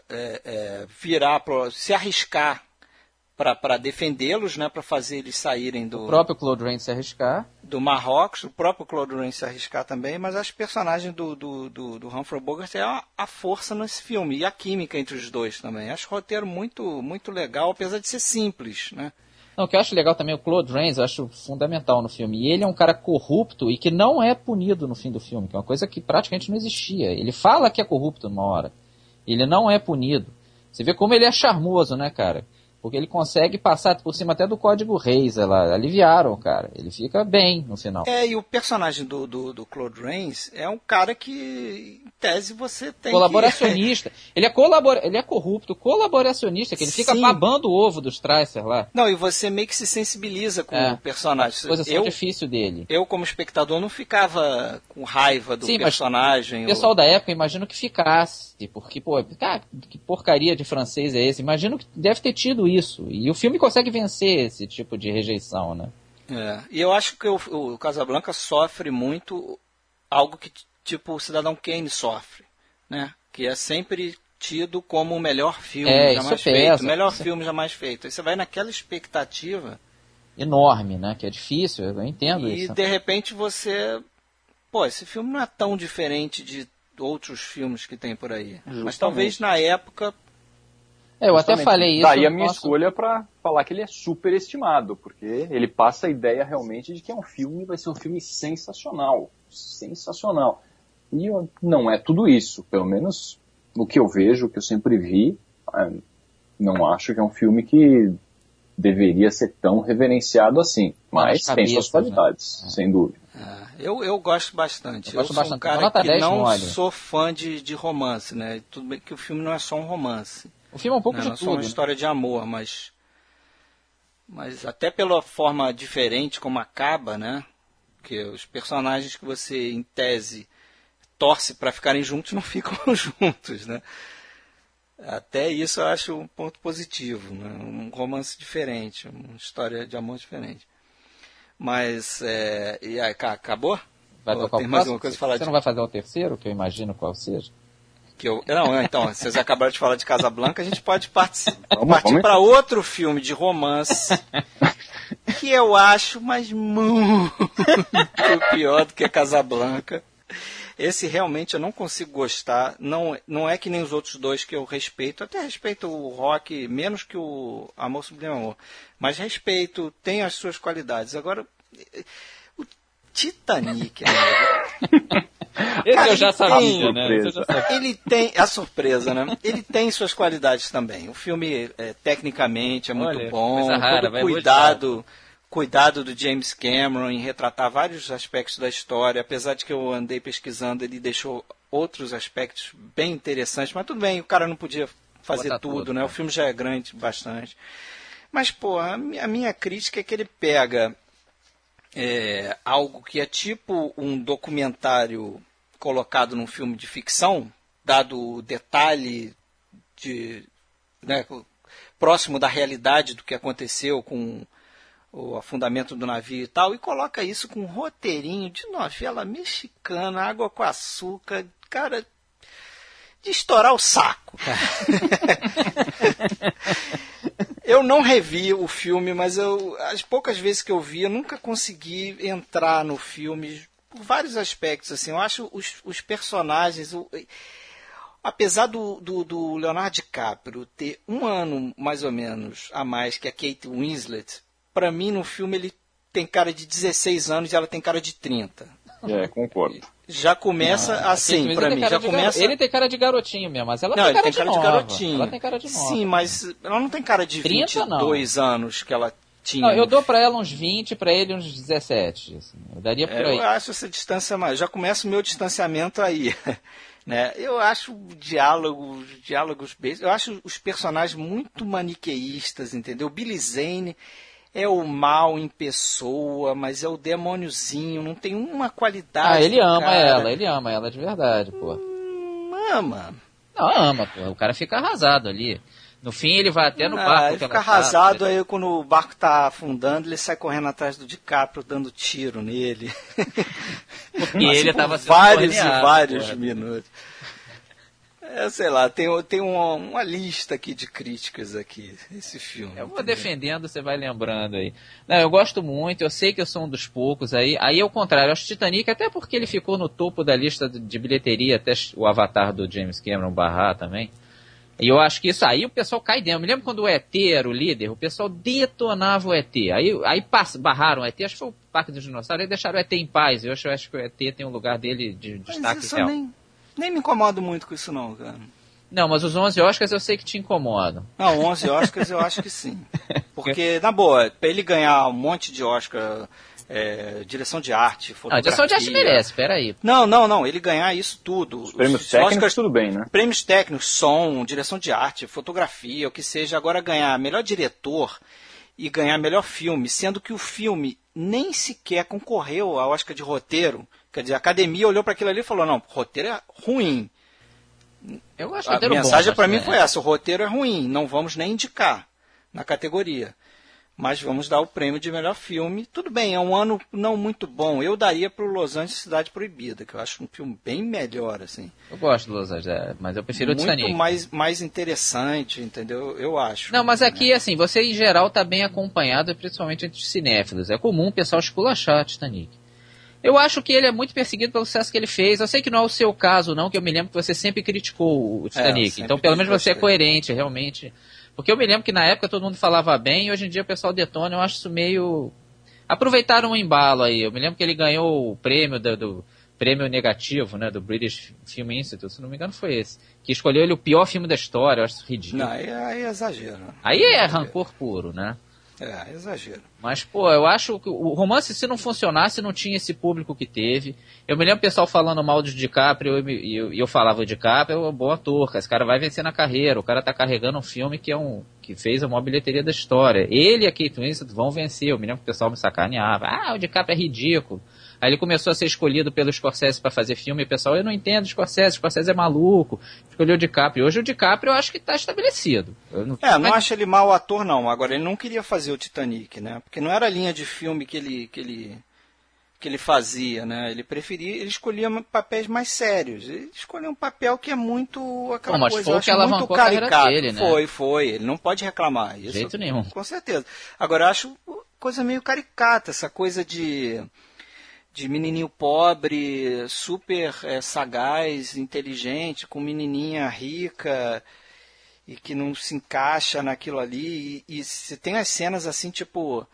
se arriscar para defendê-los, né? Para fazer eles saírem do... O próprio Claude Rains se arriscar. Do Marrocos, o próprio Claude Rains se arriscar também, mas as personagens do Humphrey Bogart é a força nesse filme, e a química entre os dois também. Acho o roteiro muito, muito legal, apesar de ser simples, né? Não, o que eu acho legal também, o Claude Rains, eu acho fundamental no filme. E ele é um cara corrupto e que não é punido no fim do filme, que é uma coisa que praticamente não existia. Ele fala que é corrupto numa hora. Ele não é punido. Você vê como ele é charmoso, né, cara? Porque ele consegue passar por cima até do código Reis. Aliviaram, cara. Ele fica bem no final. E o personagem do Claude Rains é um cara que, em tese, você tem colaboracionista. Ele é corrupto, colaboracionista, que ele fica babando o ovo dos Tracer lá. Não, e você meio que se sensibiliza com o personagem. A posição difícil dele. Eu, como espectador, não ficava com raiva do personagem. O pessoal da época, imagino que ficasse. Porque, que porcaria de francês é esse? Imagino que deve ter tido isso. E o filme consegue vencer esse tipo de rejeição, né? E eu acho que o Casablanca sofre muito algo que o Cidadão Kane sofre, né? Que é sempre tido como o melhor filme jamais feito. O melhor filme jamais feito. Aí você vai naquela expectativa enorme, né? Que é difícil, eu entendo isso. E de repente você... esse filme não é tão diferente de outros filmes que tem por aí. Justamente. Mas talvez na época... eu até falei isso. Daí a minha escolha para falar que ele é super estimado, porque ele passa a ideia realmente de que vai ser um filme sensacional. Sensacional. E não é tudo isso, pelo menos o que eu vejo, o que eu sempre vi, não acho que é um filme que deveria ser tão reverenciado assim, mas tem suas qualidades, né? Sem dúvida. Eu gosto bastante. Eu sou um cara que sou fã de romance, né? Tudo bem que o filme não é só um romance. O filme é um pouco de tudo. Não é só uma história de amor, mas até pela forma diferente como acaba, né? Que os personagens que você, em tese, torce para ficarem juntos, não ficam juntos, né? Até isso eu acho um ponto positivo, né? Um romance diferente, uma história de amor diferente. Mas, e aí, acabou? Tem mais uma coisa a falar? Você não vai fazer o terceiro, que eu imagino qual seja? Então, vocês acabaram de falar de Casablanca, a gente pode partir para outro filme de romance, que eu acho, mas muito pior do que Casablanca. Esse realmente eu não consigo gostar, não é que nem os outros dois que eu respeito, até respeito o Rock menos que o Amor Sublime Amor, mas respeito, tem as suas qualidades. Agora, o Titanic, esse eu já sabia, né? Ele tem a surpresa, né? Ele tem suas qualidades também. O filme, tecnicamente, é muito bom. Todo cuidado do James Cameron em retratar vários aspectos da história. Apesar de que eu andei pesquisando, ele deixou outros aspectos bem interessantes. Mas tudo bem, o cara não podia fazer tudo, né? O filme já é grande bastante. Mas, a minha crítica é que ele pega algo que é tipo um documentário colocado num filme de ficção, dado o detalhe próximo da realidade do que aconteceu com o afundamento do navio e tal, e coloca isso com um roteirinho de novela mexicana, água com açúcar, cara, de estourar o saco. Eu não revi o filme, mas as poucas vezes que eu vi, eu nunca consegui entrar no filme por vários aspectos. Assim, eu acho os personagens... Apesar do Leonardo DiCaprio ter um ano, mais ou menos, a mais que a Kate Winslet, para mim, no filme, ele tem cara de 16 anos e ela tem cara de 30. Concordo. Já começa assim, pra mim. Já começa... Ele tem cara de garotinho mesmo, mas ela não, tem cara de garotinho. Ela tem cara de nova. Sim, mas ela não tem cara de 22 anos que ela tinha. Não, eu dou pra ela uns 20, pra ele uns 17. Assim. Eu daria por aí. Eu acho essa distância mais. Já começa o meu distanciamento aí. Né? Eu acho diálogos bem. Eu acho os personagens muito maniqueístas, entendeu? Billy Zane é o mal em pessoa, mas é o demôniozinho, não tem uma qualidade. Ele ama ela de verdade, pô. Ama. Não, ama, pô. O cara fica arrasado ali. No fim ele vai até no barco. Ele fica arrasado, aí quando o barco tá afundando, ele sai correndo atrás do DiCaprio, dando tiro nele. Porque ele tava sendo vários minutos. Sei lá, tem uma lista aqui de críticas aqui, esse filme. Eu vou defendendo, você vai lembrando aí. Não, eu gosto muito, eu sei que eu sou um dos poucos aí. Aí é o contrário, eu acho Titanic, até porque ele ficou no topo da lista de bilheteria, até o Avatar do James Cameron barrar também. E eu acho que isso aí o pessoal cai dentro. Eu me lembro quando o ET era o líder, o pessoal detonava o ET. Aí barraram o ET, acho que foi o Parque dos Dinossauros, aí deixaram o ET em paz. Eu acho que o ET tem um lugar dele de destaque real. Nem me incomodo muito com isso não, cara. Não, mas os 11 Oscars eu sei que te incomodam. Não, 11 Oscars eu acho que sim. Porque, na boa, pra ele ganhar um monte de Oscar, direção de arte, fotografia... direção de arte merece, peraí. Não, ele ganhar isso tudo. Os prêmios técnicos, Oscars, tudo bem, né? Prêmios técnicos, som, direção de arte, fotografia, o que seja. Agora ganhar melhor diretor e ganhar melhor filme, sendo que o filme nem sequer concorreu ao Oscar de roteiro. Quer dizer, a academia olhou para aquilo ali e falou, não, roteiro é ruim. Eu acho a mensagem para mim foi essa, o roteiro é ruim, não vamos nem indicar na categoria. Mas vamos dar o prêmio de melhor filme. Tudo bem, é um ano não muito bom. Eu daria para o Los Angeles Cidade Proibida, que eu acho um filme bem melhor, assim. Eu gosto do Los Angeles, mas eu prefiro o Titanic. Muito mais interessante, entendeu? Eu acho. Não, mas aqui, assim, você em geral está bem acompanhado, principalmente entre os cinéfilos. É comum o pessoal esculachar Titanic. Eu acho que ele é muito perseguido pelo sucesso que ele fez. Eu sei que não é o seu caso, não, que eu me lembro que você sempre criticou o Titanic. Então, pelo menos você é coerente, realmente. Porque eu me lembro que na época todo mundo falava bem e hoje em dia o pessoal detona. Eu acho isso meio... Aproveitaram um embalo aí. Eu me lembro que ele ganhou o prêmio do prêmio negativo, né, do British Film Institute, se não me engano foi esse. Que escolheu ele o pior filme da história. Eu acho isso ridículo. Não, aí é exagero. Aí é rancor puro, né? É exagero. Mas, pô, eu acho que o romance, se não funcionasse, não tinha esse público que teve. Eu me lembro o pessoal falando mal do DiCaprio, e eu falava, o DiCaprio é um bom ator, esse cara vai vencer na carreira, o cara tá carregando um filme que fez a maior bilheteria da história. Ele e a Kate Winslet vão vencer. Eu me lembro que o pessoal me sacaneava. O DiCaprio é ridículo. Aí ele começou a ser escolhido pelo Scorsese para fazer filme, e o pessoal, eu não entendo o Scorsese é maluco. Escolheu o DiCaprio. Hoje o DiCaprio eu acho que está estabelecido. Não acho ele mau ator, não. Agora, ele não queria fazer o Titanic, né? Porque não era a linha de filme que ele fazia, né? Ele escolhia papéis mais sérios. Ele escolheu um papel que é muito aquela mas coisa, foi eu acho muito alavancou a carreira caricato. Dele, né? Foi. Ele não pode reclamar. Isso, de jeito nenhum. Com certeza. Agora, eu acho coisa meio caricata, essa coisa de menininho pobre, super sagaz, inteligente, com menininha rica e que não se encaixa naquilo ali. E se tem as cenas assim, tipo...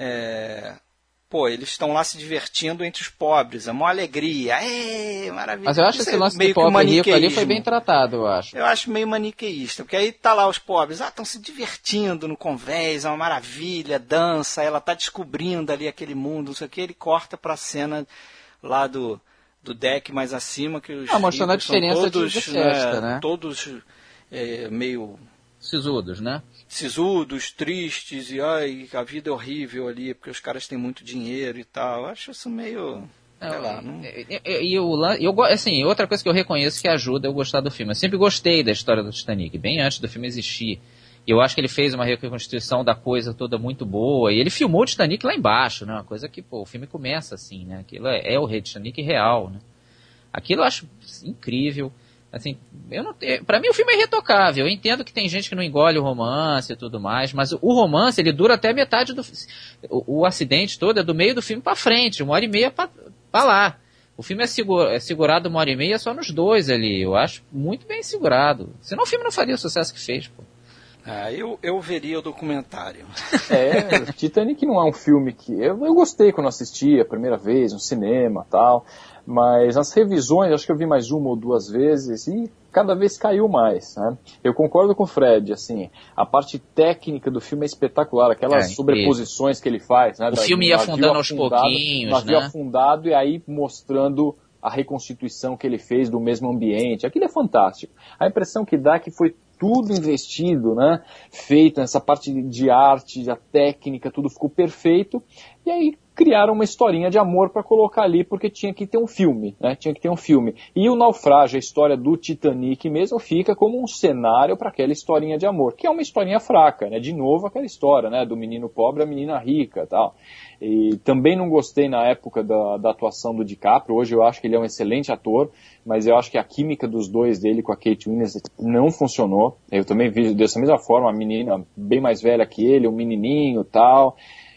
eles estão lá se divertindo entre os pobres, é uma alegria, maravilha. Mas eu acho que esse lance do pobre e rico ali foi bem tratado, eu acho. Eu acho meio maniqueísta, porque aí tá lá os pobres, estão se divertindo no convés, é uma maravilha, dança, ela tá descobrindo ali aquele mundo, não sei o que, ele corta pra cena lá do deck mais acima, que os mostrando a diferença todos, de festa, né? Todos meio... Sisudos, né? Sisudos, tristes, e a vida é horrível ali, porque os caras têm muito dinheiro e tal. Eu acho isso meio... sei lá, não... Assim, outra coisa que eu reconheço que ajuda eu gostar do filme. Eu sempre gostei da história do Titanic, bem antes do filme existir. E eu acho que ele fez uma reconstituição da coisa toda muito boa. E ele filmou o Titanic lá embaixo, né? Uma coisa que, o filme começa assim, né? Aquilo é o Titanic real, né? Aquilo eu acho incrível. Assim, pra mim o filme é irretocável. Eu entendo que tem gente que não engole o romance e tudo mais, mas o romance, ele dura até metade do... O acidente todo é do meio do filme pra frente, 1h30 pra lá. O filme é segurado 1h30 só nos dois ali. Eu acho muito bem segurado. Senão o filme não faria o sucesso que fez, pô. Eu veria o documentário. Titanic não é um filme que... Eu gostei quando assisti a primeira vez, no cinema e tal, mas nas revisões, acho que eu vi mais uma ou duas vezes e cada vez caiu mais, né? Eu concordo com o Fred, assim, a parte técnica do filme é espetacular, aquelas sobreposições que ele faz, né? O filme ia afundando aos pouquinhos, navio afundado e aí mostrando a reconstituição que ele fez do mesmo ambiente. Aquilo é fantástico. A impressão que dá é que foi tudo investido, né? Feito nessa parte de arte, da técnica, tudo ficou perfeito. E aí criaram uma historinha de amor para colocar ali, porque tinha que ter um filme, né? Tinha que ter um filme. E o naufrágio, a história do Titanic mesmo, fica como um cenário para aquela historinha de amor, que é uma historinha fraca, né? De novo aquela história, né? Do menino pobre à menina rica, tal. E também não gostei na época da atuação do DiCaprio. Hoje eu acho que ele é um excelente ator, mas eu acho que a química dos dois dele com a Kate Winslet não funcionou. Eu também vi dessa mesma forma, a menina bem mais velha que ele, um menininho, tal.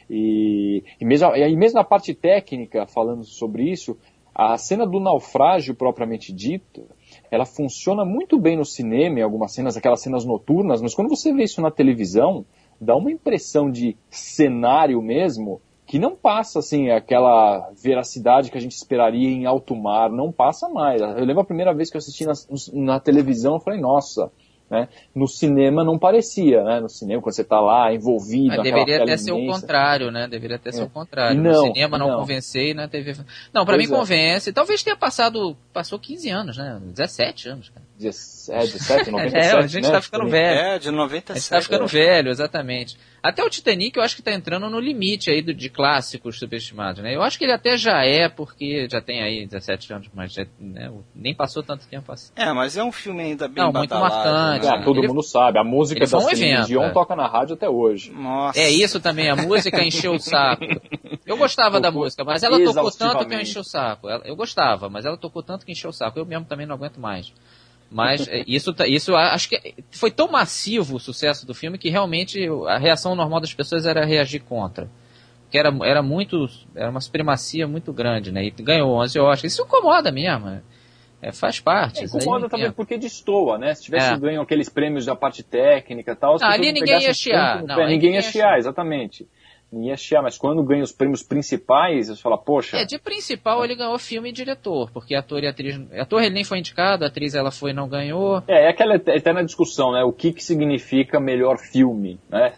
E mesmo na parte técnica, falando sobre isso, a cena do naufrágio propriamente dita, ela funciona muito bem no cinema, em algumas cenas, aquelas cenas noturnas, mas quando você vê isso na televisão, dá uma impressão de cenário mesmo, que não passa, assim, aquela veracidade que a gente esperaria em alto mar, não passa mais. Eu lembro a primeira vez que eu assisti na televisão, eu falei, nossa... Né? No cinema não parecia, né? No cinema, quando você está lá envolvido... Mas deveria até ser o contrário, né? Deveria até ser o contrário. No cinema não convencei e na TV... Não, pra mim convence. Talvez tenha passou 15 anos, né? 17 anos, cara. 17, 97, a gente tá ficando velho. De 97. A gente tá ficando velho, exatamente. Até o Titanic eu acho que tá entrando no limite aí de clássicos subestimados, né? Eu acho que ele até já é, porque já tem aí 17 anos, mas já, né, nem passou tanto tempo assim. Mas é um filme ainda bem muito marcante. Né? Todo mundo sabe. A música da Celine Dion toca na rádio até hoje. Nossa. É isso também, a música encheu o saco. Eu gostava da música, mas ela tocou tanto que eu enchi o saco. Eu gostava, mas ela tocou tanto que encheu o saco. Eu mesmo também não aguento mais. Mas isso acho que foi tão massivo o sucesso do filme que realmente a reação normal das pessoas era reagir contra. Porque era uma supremacia muito grande, né? E ganhou 11 Oscars. Isso incomoda mesmo. Faz parte. Incomoda também porque destoa, né? Se tivesse ganho aqueles prêmios da parte técnica e tal... ali ninguém ia chiar. Ninguém ia chiar, exatamente. Ia chiar, mas quando ganha os prêmios principais, você fala, poxa... de principal ele ganhou filme e diretor, porque ator e atriz... Ator ele nem foi indicado, a atriz ela foi e não ganhou. É aquela eterna discussão, né? O que significa melhor filme, né?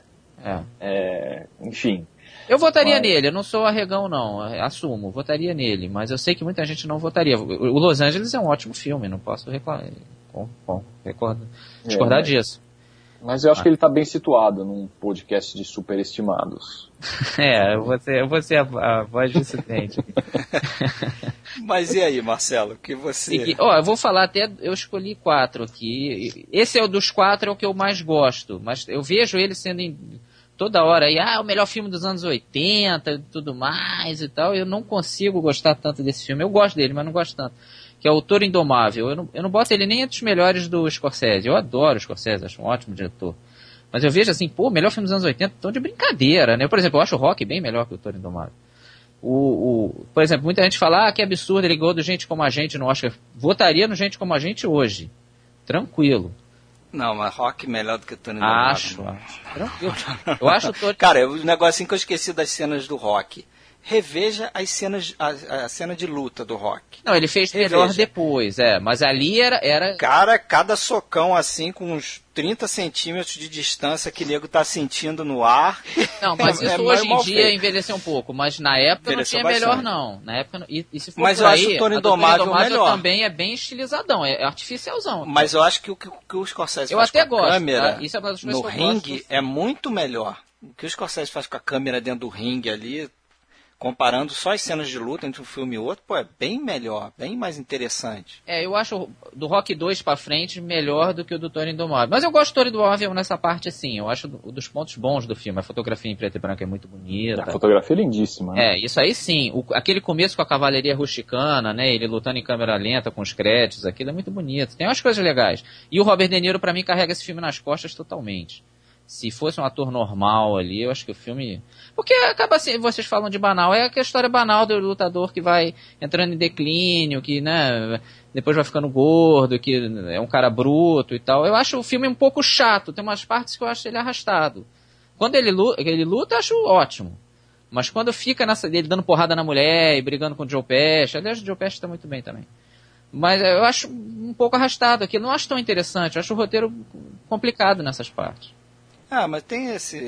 Enfim... Eu votaria nele, eu não sou arregão não, assumo, votaria nele, mas eu sei que muita gente não votaria. O Los Angeles é um ótimo filme, não posso discordar disso. Mas eu acho que ele está bem situado num podcast de superestimados. Eu vou ser a voz dissidente. Mas e aí, Marcelo, o que você... eu vou falar até, eu escolhi 4 aqui. Esse dos 4 é o que eu mais gosto, mas eu vejo ele sendo... toda hora aí, o melhor filme dos anos 80 e tudo mais e tal, eu não consigo gostar tanto desse filme. Eu gosto dele, mas não gosto tanto. Que é o Toro Indomável. Eu não boto ele nem entre os melhores do Scorsese. Eu adoro o Scorsese, acho um ótimo diretor. Mas eu vejo assim, melhor filme dos anos 80, tão de brincadeira, né? Por exemplo, eu acho o Rock bem melhor que o Toro Indomável. Por exemplo, muita gente fala, que absurdo, ele ganhou do Gente Como a Gente no Oscar. Votaria no Gente Como a Gente hoje. Tranquilo. Não, mas Rock melhor do que o Tony Indomável. Acho. Tranquilo. Eu acho o Tony... Cara, o negocinho que eu esqueci das cenas do Rock. Reveja as cenas, a cena de luta do Rock. Não, ele fez melhor depois, mas ali era... Cara, cada socão assim, com uns 30 centímetros de distância que o nego tá sentindo no ar. Não, mas isso hoje em dia envelheceu um pouco, mas na época envelheceu não tinha melhor não. Na época, e se for mas eu acho o Toro Indomável melhor. Também é bem estilizadão, é artificialzão. Mas eu acho que o que o Scorsese faz com a câmera isso é uma das coisas no ringue é muito melhor. O que o Scorsese faz com a câmera dentro do ringue ali... comparando só as cenas de luta entre um filme e outro, pô, é bem melhor, bem mais interessante. Eu acho do Rock 2 pra frente melhor do que o do Toro Indomável. Mas eu gosto do Toro Indomável nessa parte, assim. Eu acho dos pontos bons do filme. A fotografia em preto e branco é muito bonita. A fotografia é lindíssima. Né? Isso aí sim. Aquele começo com a cavalaria rusticana, né? Ele lutando em câmera lenta com os créditos, aquilo é muito bonito. Tem umas coisas legais. E o Robert De Niro, pra mim, carrega esse filme nas costas totalmente. Se fosse um ator normal ali, eu acho que o filme... Porque acaba assim, vocês falam de banal, é a história banal do lutador que vai entrando em declínio, que, né, depois vai ficando gordo, que é um cara bruto e tal. Eu acho o filme um pouco chato, tem umas partes que eu acho ele arrastado. Quando ele luta, eu acho ótimo. Mas quando fica nessa dele dando porrada na mulher e brigando com o Joe Pesci, aliás, o Joe Pesci tá muito bem também. Mas eu acho um pouco arrastado aqui, não acho tão interessante, eu acho o roteiro complicado nessas partes. Mas tem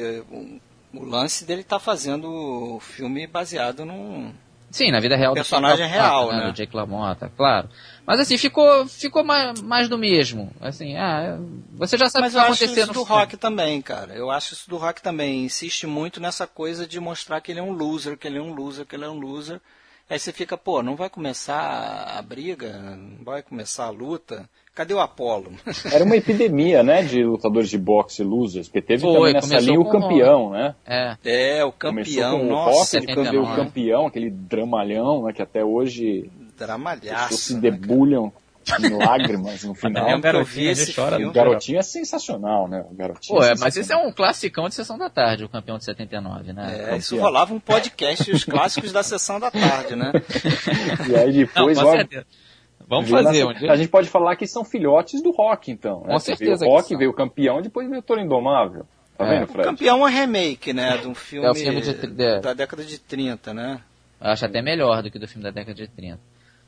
o lance dele tá fazendo o filme baseado num... Sim, na vida real personagem real, né? Do Jake LaMotta, claro. Mas assim, ficou mais do mesmo. Assim, você já sabe o que vai acontecer no filme. Mas eu acho isso do Rock também, cara. Eu acho isso do Rock também. Insiste muito nessa coisa de mostrar que ele é um loser, que ele é um loser, que ele é um loser. Aí você fica, não vai começar a briga, não vai começar a luta. Cadê o Apollo? Era uma epidemia, né, de lutadores de boxe losers, porque teve também nessa linha o Campeão, né? O Campeão, nossa. Depois veio o Campeão, aquele dramalhão, né, que até hoje... Dramalhaço. As pessoas se debulham em lágrimas no final. O garotinho O garotinho é sensacional, né? O garotinho mas esse é um classicão de Sessão da Tarde, o Campeão de 79, né? Isso rolava um podcast, os clássicos da Sessão da Tarde, né? E aí depois... Vamos fazer. A gente pode falar que são filhotes do Rock, então. Né? Com certeza. Veio o Rock, veio o Campeão, depois veio o Toro Indomável. Tá vendo, Fred? O Campeão é um remake, né? De um filme, filme da década de 30, né? Eu acho até melhor do que do filme da década de 30.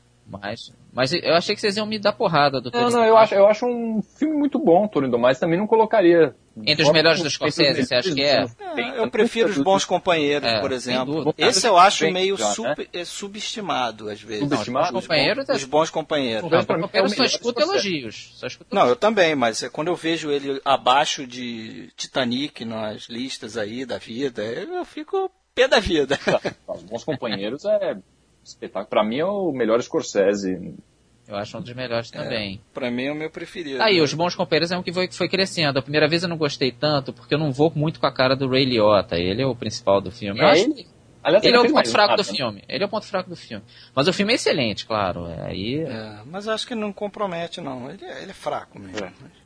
Mas eu achei que vocês iam me dar porrada do Toro. Não, eu acho um filme muito bom, Toro Indomável, mas também não colocaria... Entre os melhores dos Scorsese, você acha que é? Eu prefiro Os Bons Companheiros, por exemplo. Esse eu acho meio subestimado, às vezes. Subestimado? Os Bons Companheiros. Os Bons Companheiros só escuto elogios. Não, eu também, mas quando eu vejo ele abaixo de Titanic nas listas aí da vida, eu fico pé da vida. Os Bons Companheiros é espetáculo. Pra mim é o melhor Scorsese. Eu acho um dos melhores também. Pra mim é o meu preferido. Aí, Os Bons Companheiros é um que foi crescendo. A primeira vez eu não gostei tanto, porque eu não vou muito com a cara do Ray Liotta. Ele é o principal do filme. Ele é o ponto fraco do filme. Ele é o ponto fraco do filme. Mas o filme é excelente, claro. Mas eu acho que não compromete, não. Ele é fraco mesmo.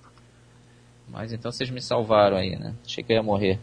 Mas então vocês me salvaram aí, né? Achei que eu ia morrer.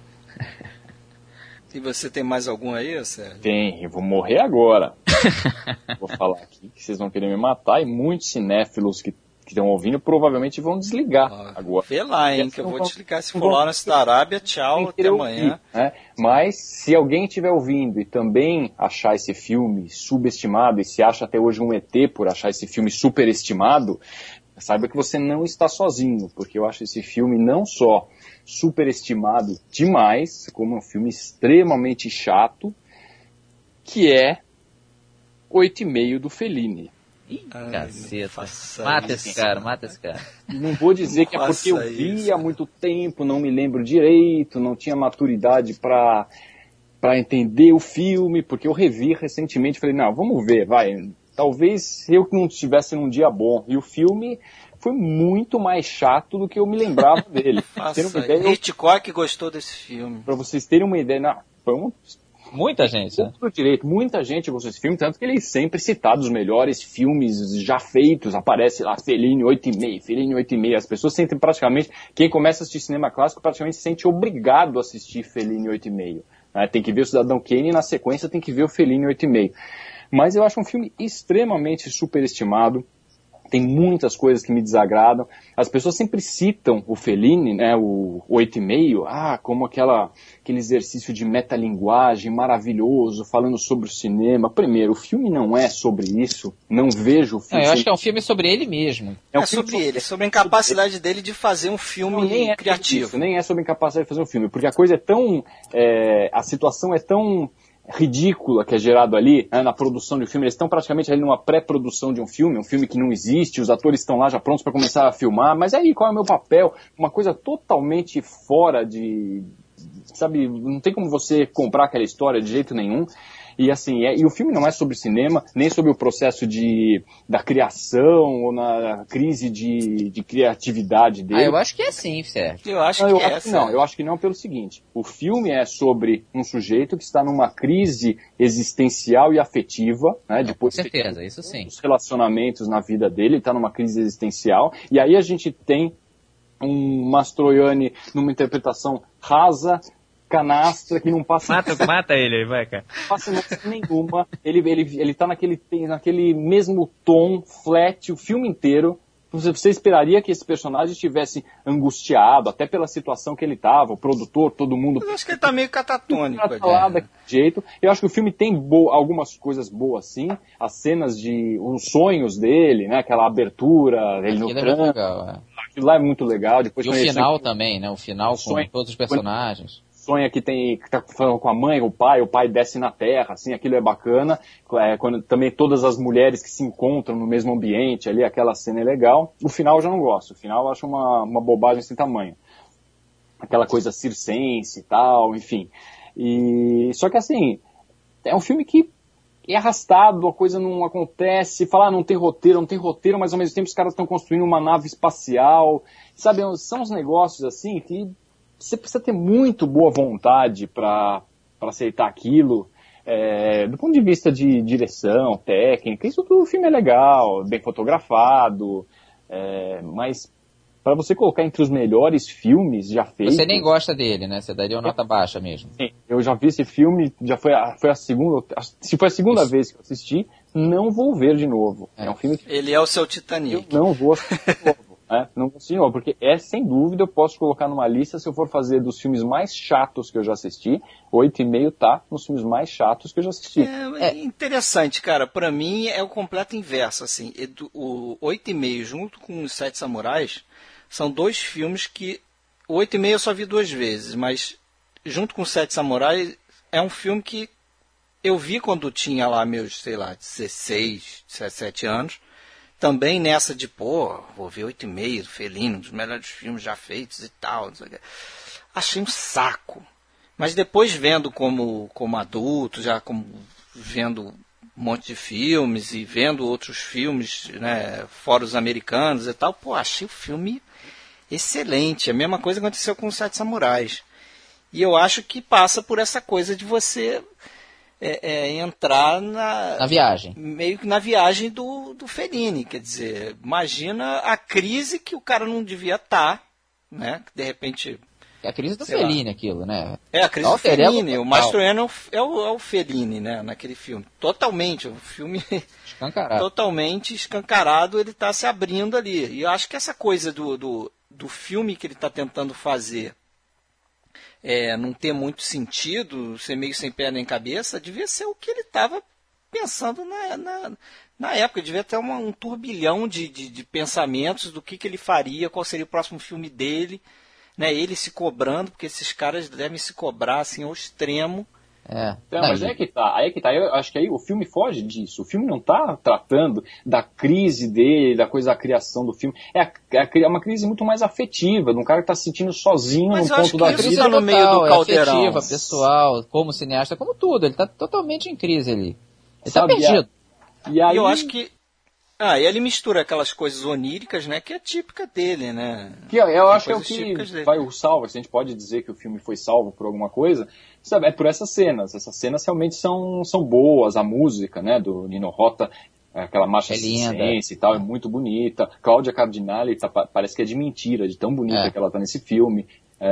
E você tem mais algum aí, Sérgio? Tem, eu vou morrer agora. Vou falar aqui que vocês vão querer me matar e muitos cinéfilos que estão ouvindo provavelmente vão desligar agora. Vê lá, hein, que eu vou desligar. Se for Lawrence da Arábia, tchau, até amanhã. Né? Mas se alguém estiver ouvindo e também achar esse filme subestimado, e se acha até hoje um ET por achar esse filme superestimado, saiba que você não está sozinho, porque eu acho esse filme não só superestimado demais, como um filme extremamente chato, que é 8,5 do Fellini. Caceta. Mata esse cara. Não vou dizer que é porque eu vi há muito tempo, não me lembro direito, não tinha maturidade para entender o filme, porque eu revi recentemente e falei, não, vamos ver, vai. Talvez eu que não estivesse num dia bom. E o filme foi muito mais chato do que eu me lembrava dele. Hitchcock gostou desse filme. Pra vocês terem uma ideia, foi muita gente, né? Muita gente gostou desse filme, tanto que ele é sempre citado os melhores filmes já feitos. Aparece lá, Fellini 8,5. As pessoas sentem praticamente, quem começa a assistir cinema clássico praticamente se sente obrigado a assistir Fellini 8,5. Né? Tem que ver o Cidadão Kane e na sequência tem que ver o Fellini 8,5. Mas eu acho um filme extremamente superestimado. Tem muitas coisas que me desagradam. As pessoas sempre citam o Fellini, né, o 8,5, como aquele exercício de metalinguagem maravilhoso, falando sobre o cinema. Primeiro, o filme não é sobre isso. Não vejo o filme. Eu acho que é um filme sobre ele mesmo. É sobre ele, sobre a incapacidade dele de fazer um filme criativo. Nem é sobre a incapacidade de fazer um filme, porque a coisa é tão... a situação é tão ridícula que é gerado ali, né, na produção de um filme. Eles estão praticamente ali numa pré-produção de um filme que não existe, os atores estão lá já prontos para começar a filmar, mas aí, qual é o meu papel? Uma coisa totalmente fora de... Sabe, não tem como você comprar aquela história de jeito nenhum. E assim, e o filme não é sobre cinema, nem sobre o processo da criação ou na crise de criatividade dele. Eu acho que é sim, Sérgio. Eu acho que não pelo seguinte, o filme é sobre um sujeito que está numa crise existencial e afetiva, né, depois com certeza, isso sim. Os relacionamentos na vida dele, ele está numa crise existencial, e aí a gente tem um Mastroianni numa interpretação rasa, canastra, que não passa... Mata ele aí, vai, cara. Não passa emoção nenhuma, ele tá naquele mesmo tom, flat, o filme inteiro. Você esperaria que esse personagem estivesse angustiado, até pela situação que ele estava, o produtor, todo mundo... Eu acho que ele tá meio catatônico. Daquele jeito. Eu acho que o filme tem algumas coisas boas, sim. As cenas os sonhos dele, né? Aquela abertura, ele no trânsito. Legal, Aquilo lá é muito legal. Depois e o final também, né? O final com todos os personagens. Sonha que tá falando com a mãe, o pai desce na terra, assim, aquilo é bacana. Quando também todas as mulheres que se encontram no mesmo ambiente ali, aquela cena é legal. O final eu já não gosto, o final eu acho uma bobagem sem tamanho. Aquela coisa circense e tal, enfim. Só que assim, é um filme que é arrastado, a coisa não acontece, não tem roteiro, mas ao mesmo tempo os caras estão construindo uma nave espacial, sabe, são uns negócios assim que você precisa ter muito boa vontade para aceitar aquilo, do ponto de vista de direção, técnica, isso tudo, o filme é legal, bem fotografado, mas para você colocar entre os melhores filmes já feitos... Você nem gosta dele, né? Você daria uma nota baixa mesmo. Sim, eu já vi esse filme, já foi a segunda, se foi a segunda vez que eu assisti, não vou ver de novo. É um filme que... Ele é o seu Titanic. Eu não vou assistir de novo. Não vou assistir de novo, porque sem dúvida, eu posso colocar numa lista, se eu for fazer dos filmes mais chatos que eu já assisti, 8,5 tá nos filmes mais chatos que eu já assisti. É interessante, cara. Pra mim é o completo inverso, assim. O 8,5 junto com os 7 Samurais são dois filmes que... O 8,5 eu só vi 2 vezes, mas junto com os 7 Samurais é um filme que eu vi quando tinha lá meus, 16, 17 anos. Também nessa de, vou ver 8,5 do Fellini, um dos melhores filmes já feitos e tal. Achei um saco. Mas depois vendo como adulto, já vendo um monte de filmes e vendo outros filmes, né, fora os americanos e tal, achei o filme excelente. A mesma coisa aconteceu com os 7 Samurais. E eu acho que passa por essa coisa de você... entrar na viagem. Meio que na viagem do Fellini. Quer dizer, imagina a crise que o cara não devia estar, né? De repente... É a crise do Fellini, aquilo, né? É a crise do Fellini. O Mastroianni é o Fellini, né? Naquele filme. Totalmente. O filme... Escancarado. Totalmente escancarado, ele está se abrindo ali. E eu acho que essa coisa do filme que ele está tentando fazer não ter muito sentido, ser meio sem pé nem cabeça, devia ser o que ele estava pensando na época. Devia ter um turbilhão de pensamentos do que ele faria, qual seria o próximo filme dele, né? Ele se cobrando, porque esses caras devem se cobrar assim, ao extremo. Mas aí que tá. Eu acho que aí o filme foge disso. O filme não tá tratando da crise dele, da coisa da criação do filme. É uma crise muito mais afetiva, de um cara que tá se sentindo sozinho no ponto da vida. Tá no meio do caldeirão. Afetiva, pessoal, como cineasta, como tudo. Ele tá totalmente em crise ali. Ele tá perdido. E aí... eu acho que... e ele mistura aquelas coisas oníricas, né, que é típica dele, né? Eu acho que é o que vai o salvo. Se a gente pode dizer que o filme foi salvo por alguma coisa, sabe, é por essas cenas. Essas cenas realmente são boas. A música, né, do Nino Rota, aquela marcha circense e tal, é muito bonita. Cláudia Cardinale parece que é de mentira, de tão bonita que ela tá nesse filme.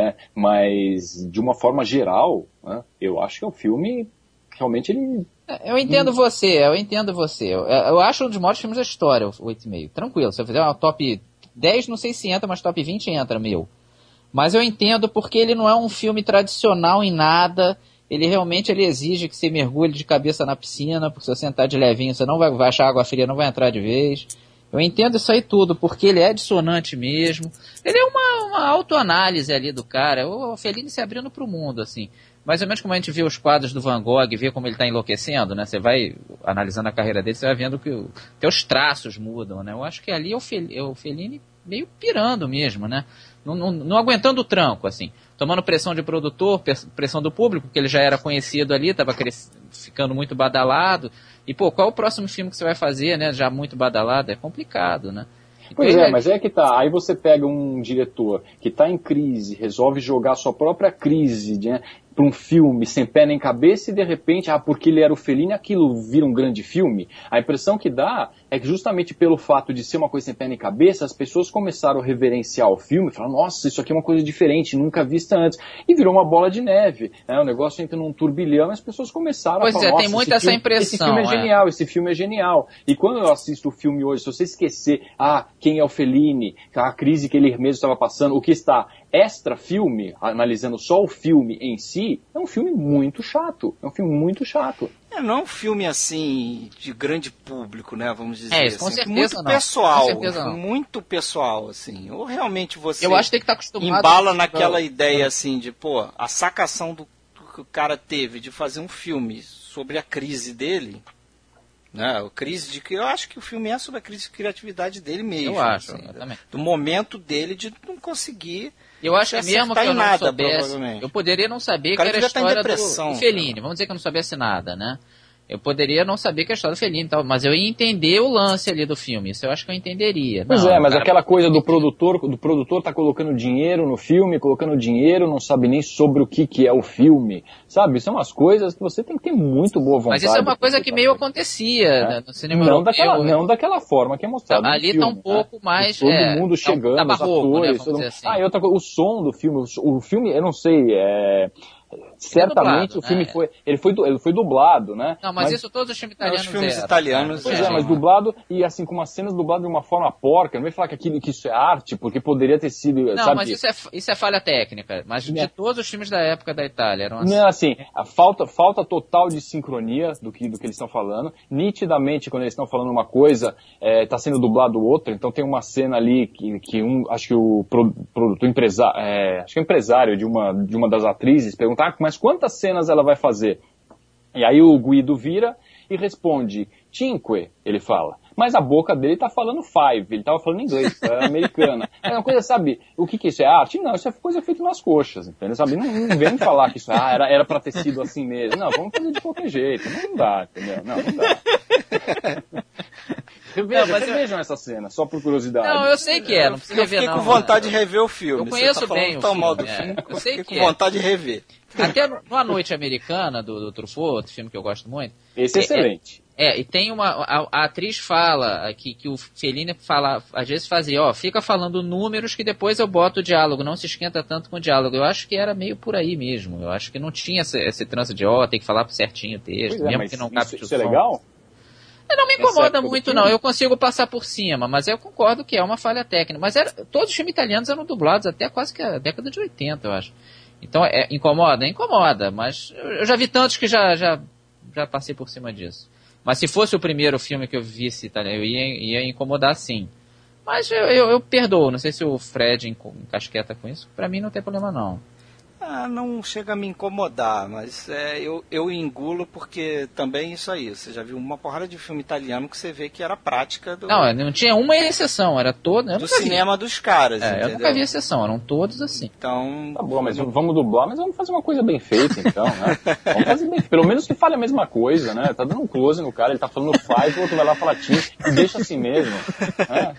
Mas, de uma forma geral, né, eu acho que é um filme, realmente ele... Eu entendo você. Eu acho um dos maiores filmes da história, o 8,5. Tranquilo, se eu fizer uma top 10, não sei se entra, mas top 20 entra, meu. Mas eu entendo porque ele não é um filme tradicional em nada. Ele realmente exige que você mergulhe de cabeça na piscina, porque se você sentar de levinho, você não vai achar água fria, não vai entrar de vez. Eu entendo isso aí tudo, porque ele é dissonante mesmo. Ele é uma autoanálise ali do cara. O Fellini se abrindo pro mundo, assim. Mais ou menos como a gente vê os quadros do Van Gogh, vê como ele está enlouquecendo, né? Você vai analisando a carreira dele, você vai vendo que até os traços mudam, né? Eu acho que ali é o Fellini meio pirando mesmo, né? Não aguentando o tranco, assim. Tomando pressão de produtor, pressão do público, que ele já era conhecido ali, estava ficando muito badalado. E, pô, qual é o próximo filme que você vai fazer, né? Já muito badalado, é complicado, né? Pois é, mas é que tá. Aí você pega um diretor que tá em crise, resolve jogar sua própria crise, né, para um filme sem pé nem cabeça e de repente, porque ele era o Fellini, aquilo vira um grande filme. A impressão que dá é que justamente pelo fato de ser uma coisa sem pé nem cabeça, as pessoas começaram a reverenciar o filme, falaram, nossa, isso aqui é uma coisa diferente, nunca vista antes. E virou uma bola de neve, né? O negócio entra num turbilhão e as pessoas começaram a falar, nossa, tem muito essa impressão. Esse filme é genial, esse filme é genial. E quando eu assisto o filme hoje, se você esquecer, quem é o Fellini, a crise que ele mesmo estava passando, o que está extra filme, analisando só o filme em si, é um filme muito chato. É um filme muito chato. Não é um filme assim de grande público, né? Vamos dizer com assim. certeza muito não. pessoal. Com certeza não. Muito pessoal, assim. Ou realmente você eu acho que tem que estar acostumado embala naquela ideia assim de, a sacação do que o cara teve de fazer um filme sobre a crise dele. Né? A crise de que eu acho que o filme é sobre a crise de criatividade dele mesmo. Eu acho, assim, também. Do momento dele de não conseguir. Eu acho que mesmo que eu não soubesse, eu poderia não saber que era a história do Fellini. Vamos dizer que eu não soubesse nada, né? Eu poderia não saber que é a história do Fellini e tal, mas eu ia entender o lance ali do filme. Isso eu acho que eu entenderia. Pois mas aquela coisa do produtor tá colocando dinheiro no filme, não sabe nem sobre o que é o filme, sabe? São umas coisas que você tem que ter muito boa vontade. Mas isso é uma coisa que meio acontecia no cinema europeu. Não daquela forma que é mostrado no ali filme. Tá um pouco mais... Todo mundo chegando, os atores... Assim. E outra coisa, o som do filme, o filme, eu não sei... Certamente dublado, o filme foi dublado, né? Não, mas isso todos os filmes italianos os filmes italianos. Pois mas dublado e assim com umas cenas dubladas de uma forma porca. Não vai falar que isso é arte, porque poderia ter sido. Não, sabe? Mas isso é falha técnica. Mas de todos os filmes da época da Itália eram assim. Não, assim, a falta total de sincronia do que eles estão falando. Nitidamente, quando eles estão falando uma coisa, está sendo dublado outra. Então tem uma cena ali que acho que o produtor empresário, acho que é empresário de uma das atrizes pergunta, mas quantas cenas ela vai fazer? E aí o Guido vira e responde, cinque, ele fala. Mas a boca dele tá falando five, ele tava falando inglês, americana. É uma coisa, sabe, o que isso é arte? Não, isso é coisa feita nas coxas, entendeu? Sabe? Não vem me falar que isso era pra ter sido assim mesmo. Não, vamos fazer de qualquer jeito. Não dá, entendeu? Não dá. Vejam essa cena, só por curiosidade. Não, eu sei que não precisa rever não. Eu fiquei com vontade de rever o filme. Eu conheço bem o filme. Mal do filme. Eu sei que fiquei com vontade de rever. Até no A Noite Americana, do Truffaut, outro filme que eu gosto muito. Esse é excelente. E tem a atriz fala que o Fellini fala, às vezes fazia, fica falando números que depois eu boto o diálogo, não se esquenta tanto com o diálogo. Eu acho que era meio por aí mesmo. Eu acho que não tinha esse trânsito de, tem que falar certinho o texto, mesmo que não capte o som. Isso é legal? Não me incomoda muito, não. Eu consigo passar por cima, mas eu concordo que é uma falha técnica. Mas todos os filmes italianos eram dublados até quase que a década de 80, eu acho. Então, incomoda? Incomoda, mas eu já vi tantos que já passei por cima disso. Mas se fosse o primeiro filme que eu visse italiano, eu ia incomodar sim. Mas eu perdoo, não sei se o Fred encasqueta com isso, pra mim não tem problema não. Não chega a me incomodar, mas eu engulo porque também isso aí, você já viu uma porrada de filme italiano que você vê que era prática do... Não tinha uma exceção, era toda... Do cinema dos caras, entendeu? Eu nunca vi exceção, eram todos assim. Então... Tá bom, mas vamos dublar, mas vamos fazer uma coisa bem feita então, né? Vamos fazer bem, pelo menos que fale a mesma coisa, né? Tá dando um close no cara, ele tá falando five, o outro vai lá falar team, e deixa assim mesmo, né?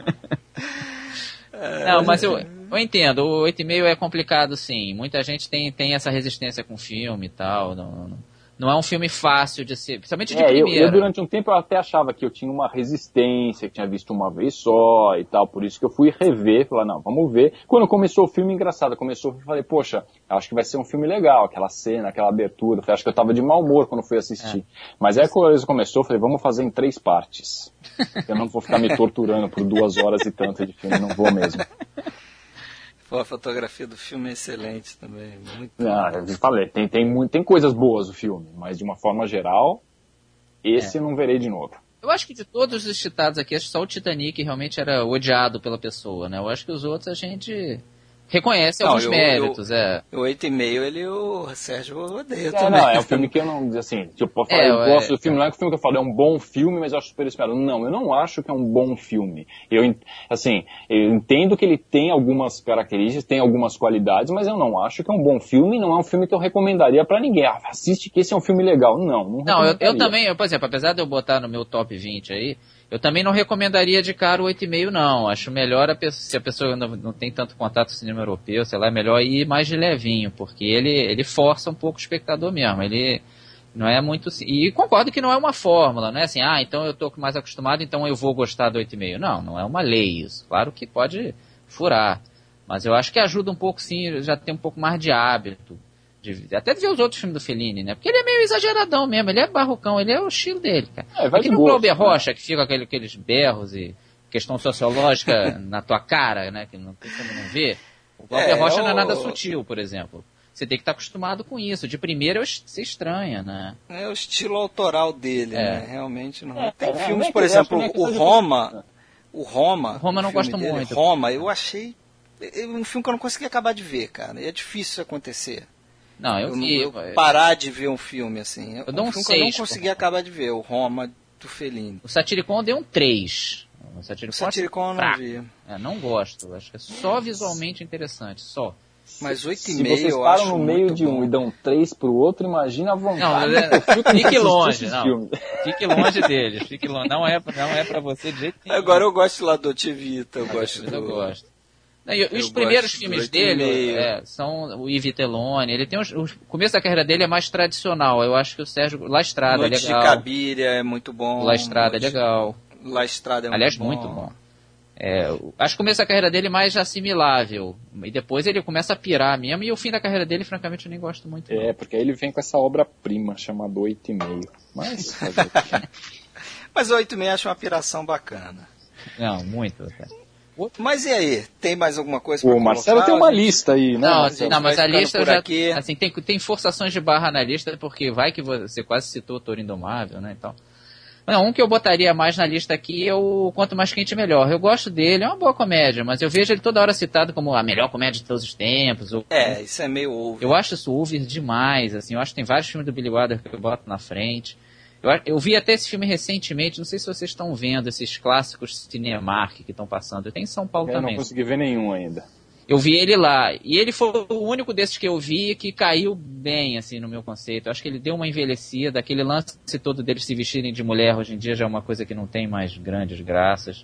Não, mas eu entendo, o 8,5 é complicado sim, muita gente tem essa resistência com o filme e tal, não é um filme fácil de ser, principalmente de primeira. Eu durante um tempo eu até achava que eu tinha uma resistência, que tinha visto uma vez só e tal, por isso que eu fui rever, falar, não, vamos ver. Quando começou o filme, engraçado, eu falei, poxa, acho que vai ser um filme legal, aquela cena, aquela abertura, acho que eu tava de mau humor quando fui assistir. Mas aí quando começou, eu falei, vamos fazer em 3 partes. Eu não vou ficar me torturando por 2 horas e tanto de filme, não vou mesmo. A fotografia do filme é excelente também. Muito eu falei, tem coisas boas o filme, mas de uma forma geral, esse eu não verei de novo. Eu acho que de todos os citados aqui, acho que só o Titanic realmente era odiado pela pessoa, né? Eu acho que os outros a gente reconhece alguns méritos, O 8,5, o Sérgio odeia Não, também. não, é um filme que eu não, assim, tipo, eu gosto do filme, não é que o filme que eu falo, é um bom filme, mas eu acho super esperado. Não, eu não acho que é um bom filme. Eu entendo que ele tem algumas características, tem algumas qualidades, mas eu não acho que é um bom filme, não é um filme que eu recomendaria pra ninguém. Assiste que esse é um filme legal. Não eu também, por exemplo, apesar de eu botar no meu top 20 aí, eu também não recomendaria de cara o 8,5 não. Acho melhor se a pessoa não tem tanto contato com o cinema europeu, sei lá, é melhor ir mais de levinho, porque ele força um pouco o espectador mesmo. Ele não é muito... E concordo que não é uma fórmula, não é assim, então eu tô mais acostumado, então eu vou gostar do 8,5. Não é uma lei isso. Claro que pode furar. Mas eu acho que ajuda um pouco sim, já tem um pouco mais de hábito. Até de ver os outros filmes do Fellini, né? Porque ele é meio exageradão mesmo, ele é barrocão, ele é o estilo dele, cara. Aqui no Glauber Rocha, que fica aqueles berros e questão sociológica na tua cara, né? Que não tem como não ver. O Glauber Rocha não é nada sutil, por exemplo. Você tem que estar acostumado com isso. De primeira você estranha, né? É o estilo autoral dele, né? Realmente não. Tem filmes, por exemplo, o Roma. O Roma não gosto muito. Roma, eu achei um filme que eu não consegui acabar de ver, cara. E é difícil isso acontecer. Não, eu parar de ver um filme, assim. Eu dou um 6. Que eu não consegui acabar de ver, o Roma do Fellini. O Satiricon deu um 3. O Satiricon eu não vi. Não gosto, acho que é só visualmente interessante, só. Mas 8,5 Se vocês param no meio de um e dão 3 pro outro, imagina a vontade. Fique longe, não. Fique longe deles, fique longe. Não é pra você de jeito nenhum. Agora eu gosto lá do Tivita, eu gosto. Os primeiros filmes dele são o Yves Telone. Ele tem o começo da carreira dele é mais tradicional. Eu acho que o Sérgio La Estrada é legal. Noite de Cabiria é muito bom. La Estrada é legal. La Estrada é muito bom. Acho que o começo da carreira dele é mais assimilável. E depois ele começa a pirar mesmo. E o fim da carreira dele, francamente, eu nem gosto muito. Não. Porque aí ele vem com essa obra-prima chamada 8,5. Mas 8,5 acho uma piração bacana. Não, muito até. Mas e aí? Tem mais alguma coisa pra colocar? O Marcelo tem uma lista aí, né? Não, mas a lista já... Assim, tem forçações de barra na lista, porque vai que você quase citou o Toro Indomável, né? Então... Não, um que eu botaria mais na lista aqui é o Quanto Mais Quente Melhor. Eu gosto dele, é uma boa comédia, mas eu vejo ele toda hora citado como a melhor comédia de todos os tempos. Isso é meio over. Eu acho isso over demais, assim. Eu acho que tem vários filmes do Billy Wilder que eu boto na frente. Eu vi até esse filme recentemente, não sei se vocês estão vendo esses clássicos Cinemark que estão passando. Tem em São Paulo também. Eu não consegui ver nenhum ainda. Eu vi ele lá, e ele foi o único desses que eu vi que caiu bem, assim, no meu conceito. Eu acho que ele deu uma envelhecida, aquele lance todo deles se vestirem de mulher hoje em dia já é uma coisa que não tem mais grandes graças.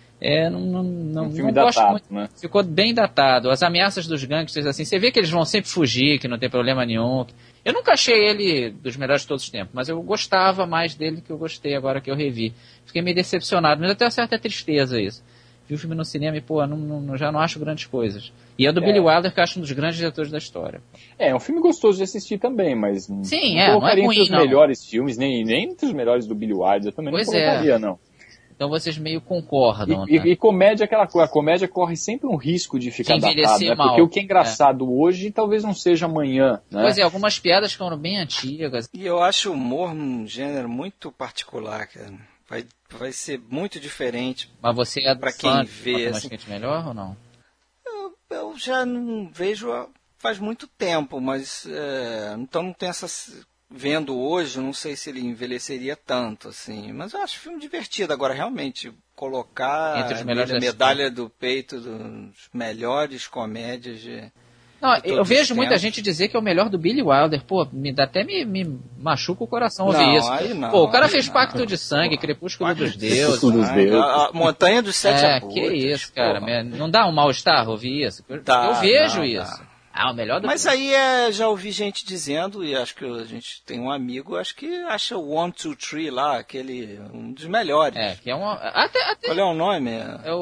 Não filme gosto datado, muito, né? Ficou bem datado. As ameaças dos gangsters, assim, você vê que eles vão sempre fugir, que não tem problema nenhum. Eu nunca achei ele dos melhores de todos os tempos, mas eu gostava mais dele do que eu gostei agora que eu revi. Fiquei meio decepcionado, mas até uma certa tristeza isso. Vi o filme no cinema e, já não acho grandes coisas. E é do Billy Wilder, que eu acho um dos grandes diretores da história. É um filme gostoso de assistir também, mas sim, não colocaria entre os melhores filmes, nem entre os melhores do Billy Wilder, eu também não colocaria, não. Então vocês meio concordam. E comédia, aquela coisa, a comédia corre sempre um risco de ficar datada, né? Porque o que é engraçado hoje talvez não seja amanhã, né? Pois é, algumas piadas foram bem antigas. E eu acho o humor um gênero muito particular, cara. Vai ser muito diferente. Mas você é para quem vê assim, melhor ou não? Eu já não vejo faz muito tempo, mas então não tem essa... Vendo hoje, não sei se ele envelheceria tanto, assim. Mas eu acho o filme divertido. Agora, realmente, colocar a medalha do peito dos melhores comédias de... Não, eu vejo muita gente dizer que é o melhor do Billy Wilder. Pô, até me machuca o coração ouvir isso. Aí não, pô, o cara fez Pacto de Sangue, Crepúsculo dos Deuses. A Montanha dos Sete Abutres. Que isso, cara. Não dá um mal-estar ouvir isso? Eu vejo isso. O melhor do Mas aí já ouvi gente dizendo, e acho que a gente tem um amigo, acho que acha o 1, 2, 3 lá, aquele, um dos melhores. Que é um... Qual é o nome?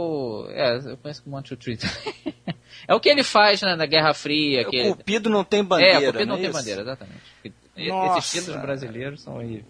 Eu conheço como 1, 2, 3 também. É o que ele faz na Guerra Fria. O Cupido não tem bandeira. O Cupido não tem bandeira, exatamente. Esses títulos brasileiros são horríveis.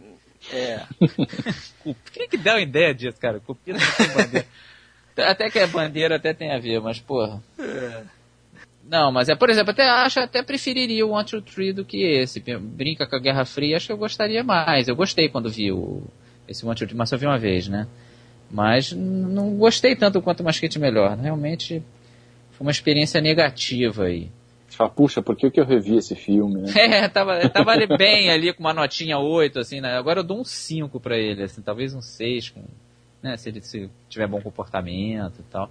Quem é que dá uma ideia disso, cara? Cupido não tem bandeira. Até que a bandeira até tem a ver, mas porra... Não, mas por exemplo, até preferiria o 1, 2, 3 do que esse. Brinca com a Guerra Fria, acho que eu gostaria mais. Eu gostei quando vi esse 1, 2, 3, mas só vi uma vez, né? Mas não gostei tanto quanto Mais Quente Melhor. Realmente Foi uma experiência negativa aí. Fala, puxa, por que eu revi esse filme, né? Tava bem ali com uma notinha 8, assim, né? Agora eu dou um 5 pra ele, assim, talvez um 6, né? Se ele tiver bom comportamento e tal.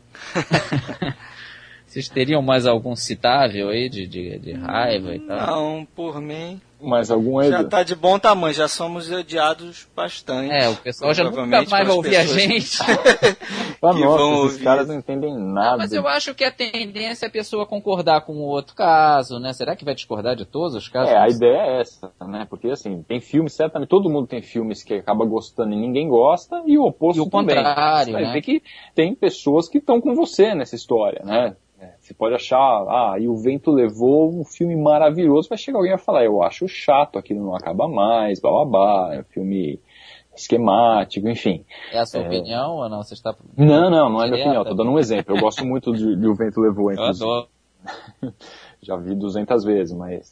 Vocês teriam mais algum citável aí de raiva e tal? Não, por mim. Mais algum aí? Já tá de bom tamanho, já somos odiados bastante. O pessoal já nunca mais vai ouvir a gente. Nossa, esses caras não entendem nada. Mas eu acho que a tendência é a pessoa concordar com o outro caso, né? Será que vai discordar de todos os casos? A ideia é essa, né? Porque assim, tem filmes, certamente todo mundo tem filmes que acaba gostando e ninguém gosta, e o oposto e o também. Contrário, Você vai né? ver que tem pessoas que estão com você nessa história, né? Você pode achar, e o vento levou um filme maravilhoso, vai chegar alguém e vai falar, eu acho chato, aquilo não acaba mais, blá, é um filme esquemático, enfim. É a sua opinião ou não? Você está... Não é minha opinião, tô dando um exemplo. Eu gosto muito de O Vento Levou, inclusive. Eu adoro. Já vi 200 vezes,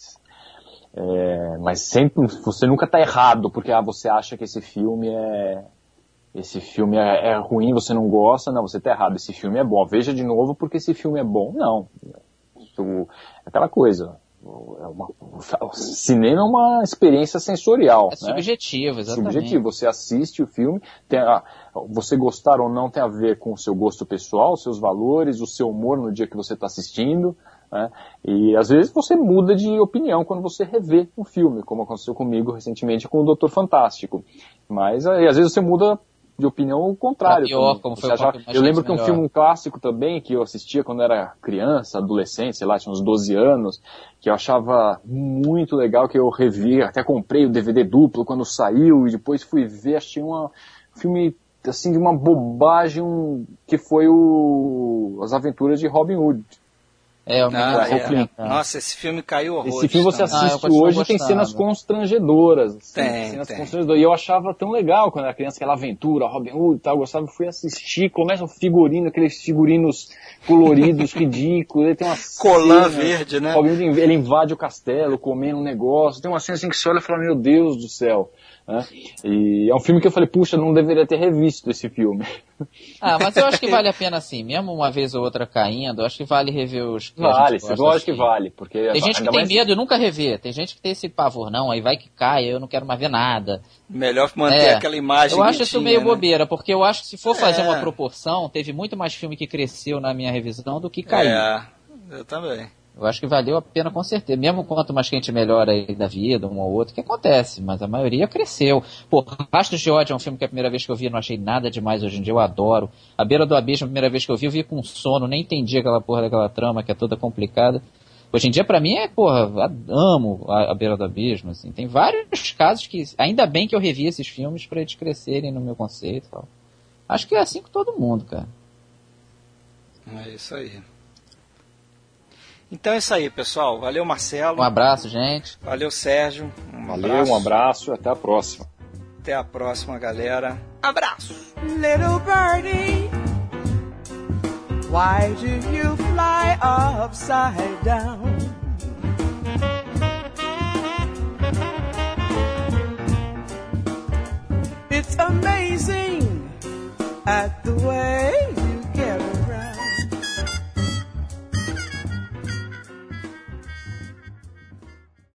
mas sempre, você nunca tá errado, porque você acha que esse filme é ruim, você não gosta, não, você tá errado, esse filme é bom, veja de novo porque esse filme é bom. Não, aquela coisa, o cinema é uma experiência sensorial. É subjetivo, exatamente. Subjetivo, você assiste o filme, você gostar ou não tem a ver com o seu gosto pessoal, os seus valores, o seu humor no dia que você está assistindo, né? E às vezes você muda de opinião quando você revê um filme, como aconteceu comigo recentemente com o Doutor Fantástico, mas às vezes você muda de opinião ao contrário. Pior, como foi eu lembro que um clássico também, que eu assistia quando era criança, adolescente, sei lá, tinha uns 12 anos, que eu achava muito legal, que eu revi, até comprei o DVD duplo quando saiu, e depois fui ver, achei um filme, assim, de uma bobagem, que foi As Aventuras de Robin Hood. Nossa, esse filme caiu horror. Esse filme você assiste hoje e tem cenas constrangedoras. E eu achava tão legal quando era criança, aquela aventura, Robin Hood e tal, eu gostava, fui assistir, começa o figurino, aqueles figurinos coloridos, ridículos, ele tem uma colã verde, né? Robin Hood, ele invade o castelo, comendo um negócio, tem uma cena assim que você olha e fala, meu Deus do céu. Né? E é um filme que eu falei, puxa, não deveria ter revisto esse filme. Mas eu acho que vale a pena sim, mesmo uma vez ou outra caindo, eu acho que vale rever os que lógico que vale. Porque tem gente que tem medo e nunca revê, tem gente que tem esse pavor, não, aí vai que cai, eu não quero mais ver nada. Melhor manter aquela imagem. Eu acho isso meio né? bobeira, porque eu acho que se for fazer uma proporção, teve muito mais filme que cresceu na minha revisão do que caiu. Eu também. Eu acho que valeu a pena com certeza. Mesmo quanto mais que a gente melhora aí da vida, um ou outro, que acontece, mas a maioria cresceu. Rastros de Ódio é um filme que a primeira vez que eu vi não achei nada demais, hoje em dia eu adoro. A Beira do Abismo, a primeira vez que eu vi com sono, nem entendi aquela porra daquela trama que é toda complicada. Hoje em dia pra mim amo a Beira do Abismo, assim. Tem vários casos que, ainda bem que eu revi esses filmes pra eles crescerem no meu conceito e tal. Acho que é assim com todo mundo, cara. É isso aí. Então é isso aí, pessoal. Valeu, Marcelo. Um abraço, gente. Valeu, Sérgio. Um abraço e até a próxima. Até a próxima, galera. Abraço. Little birdie, why do you fly upside down? It's amazing at the way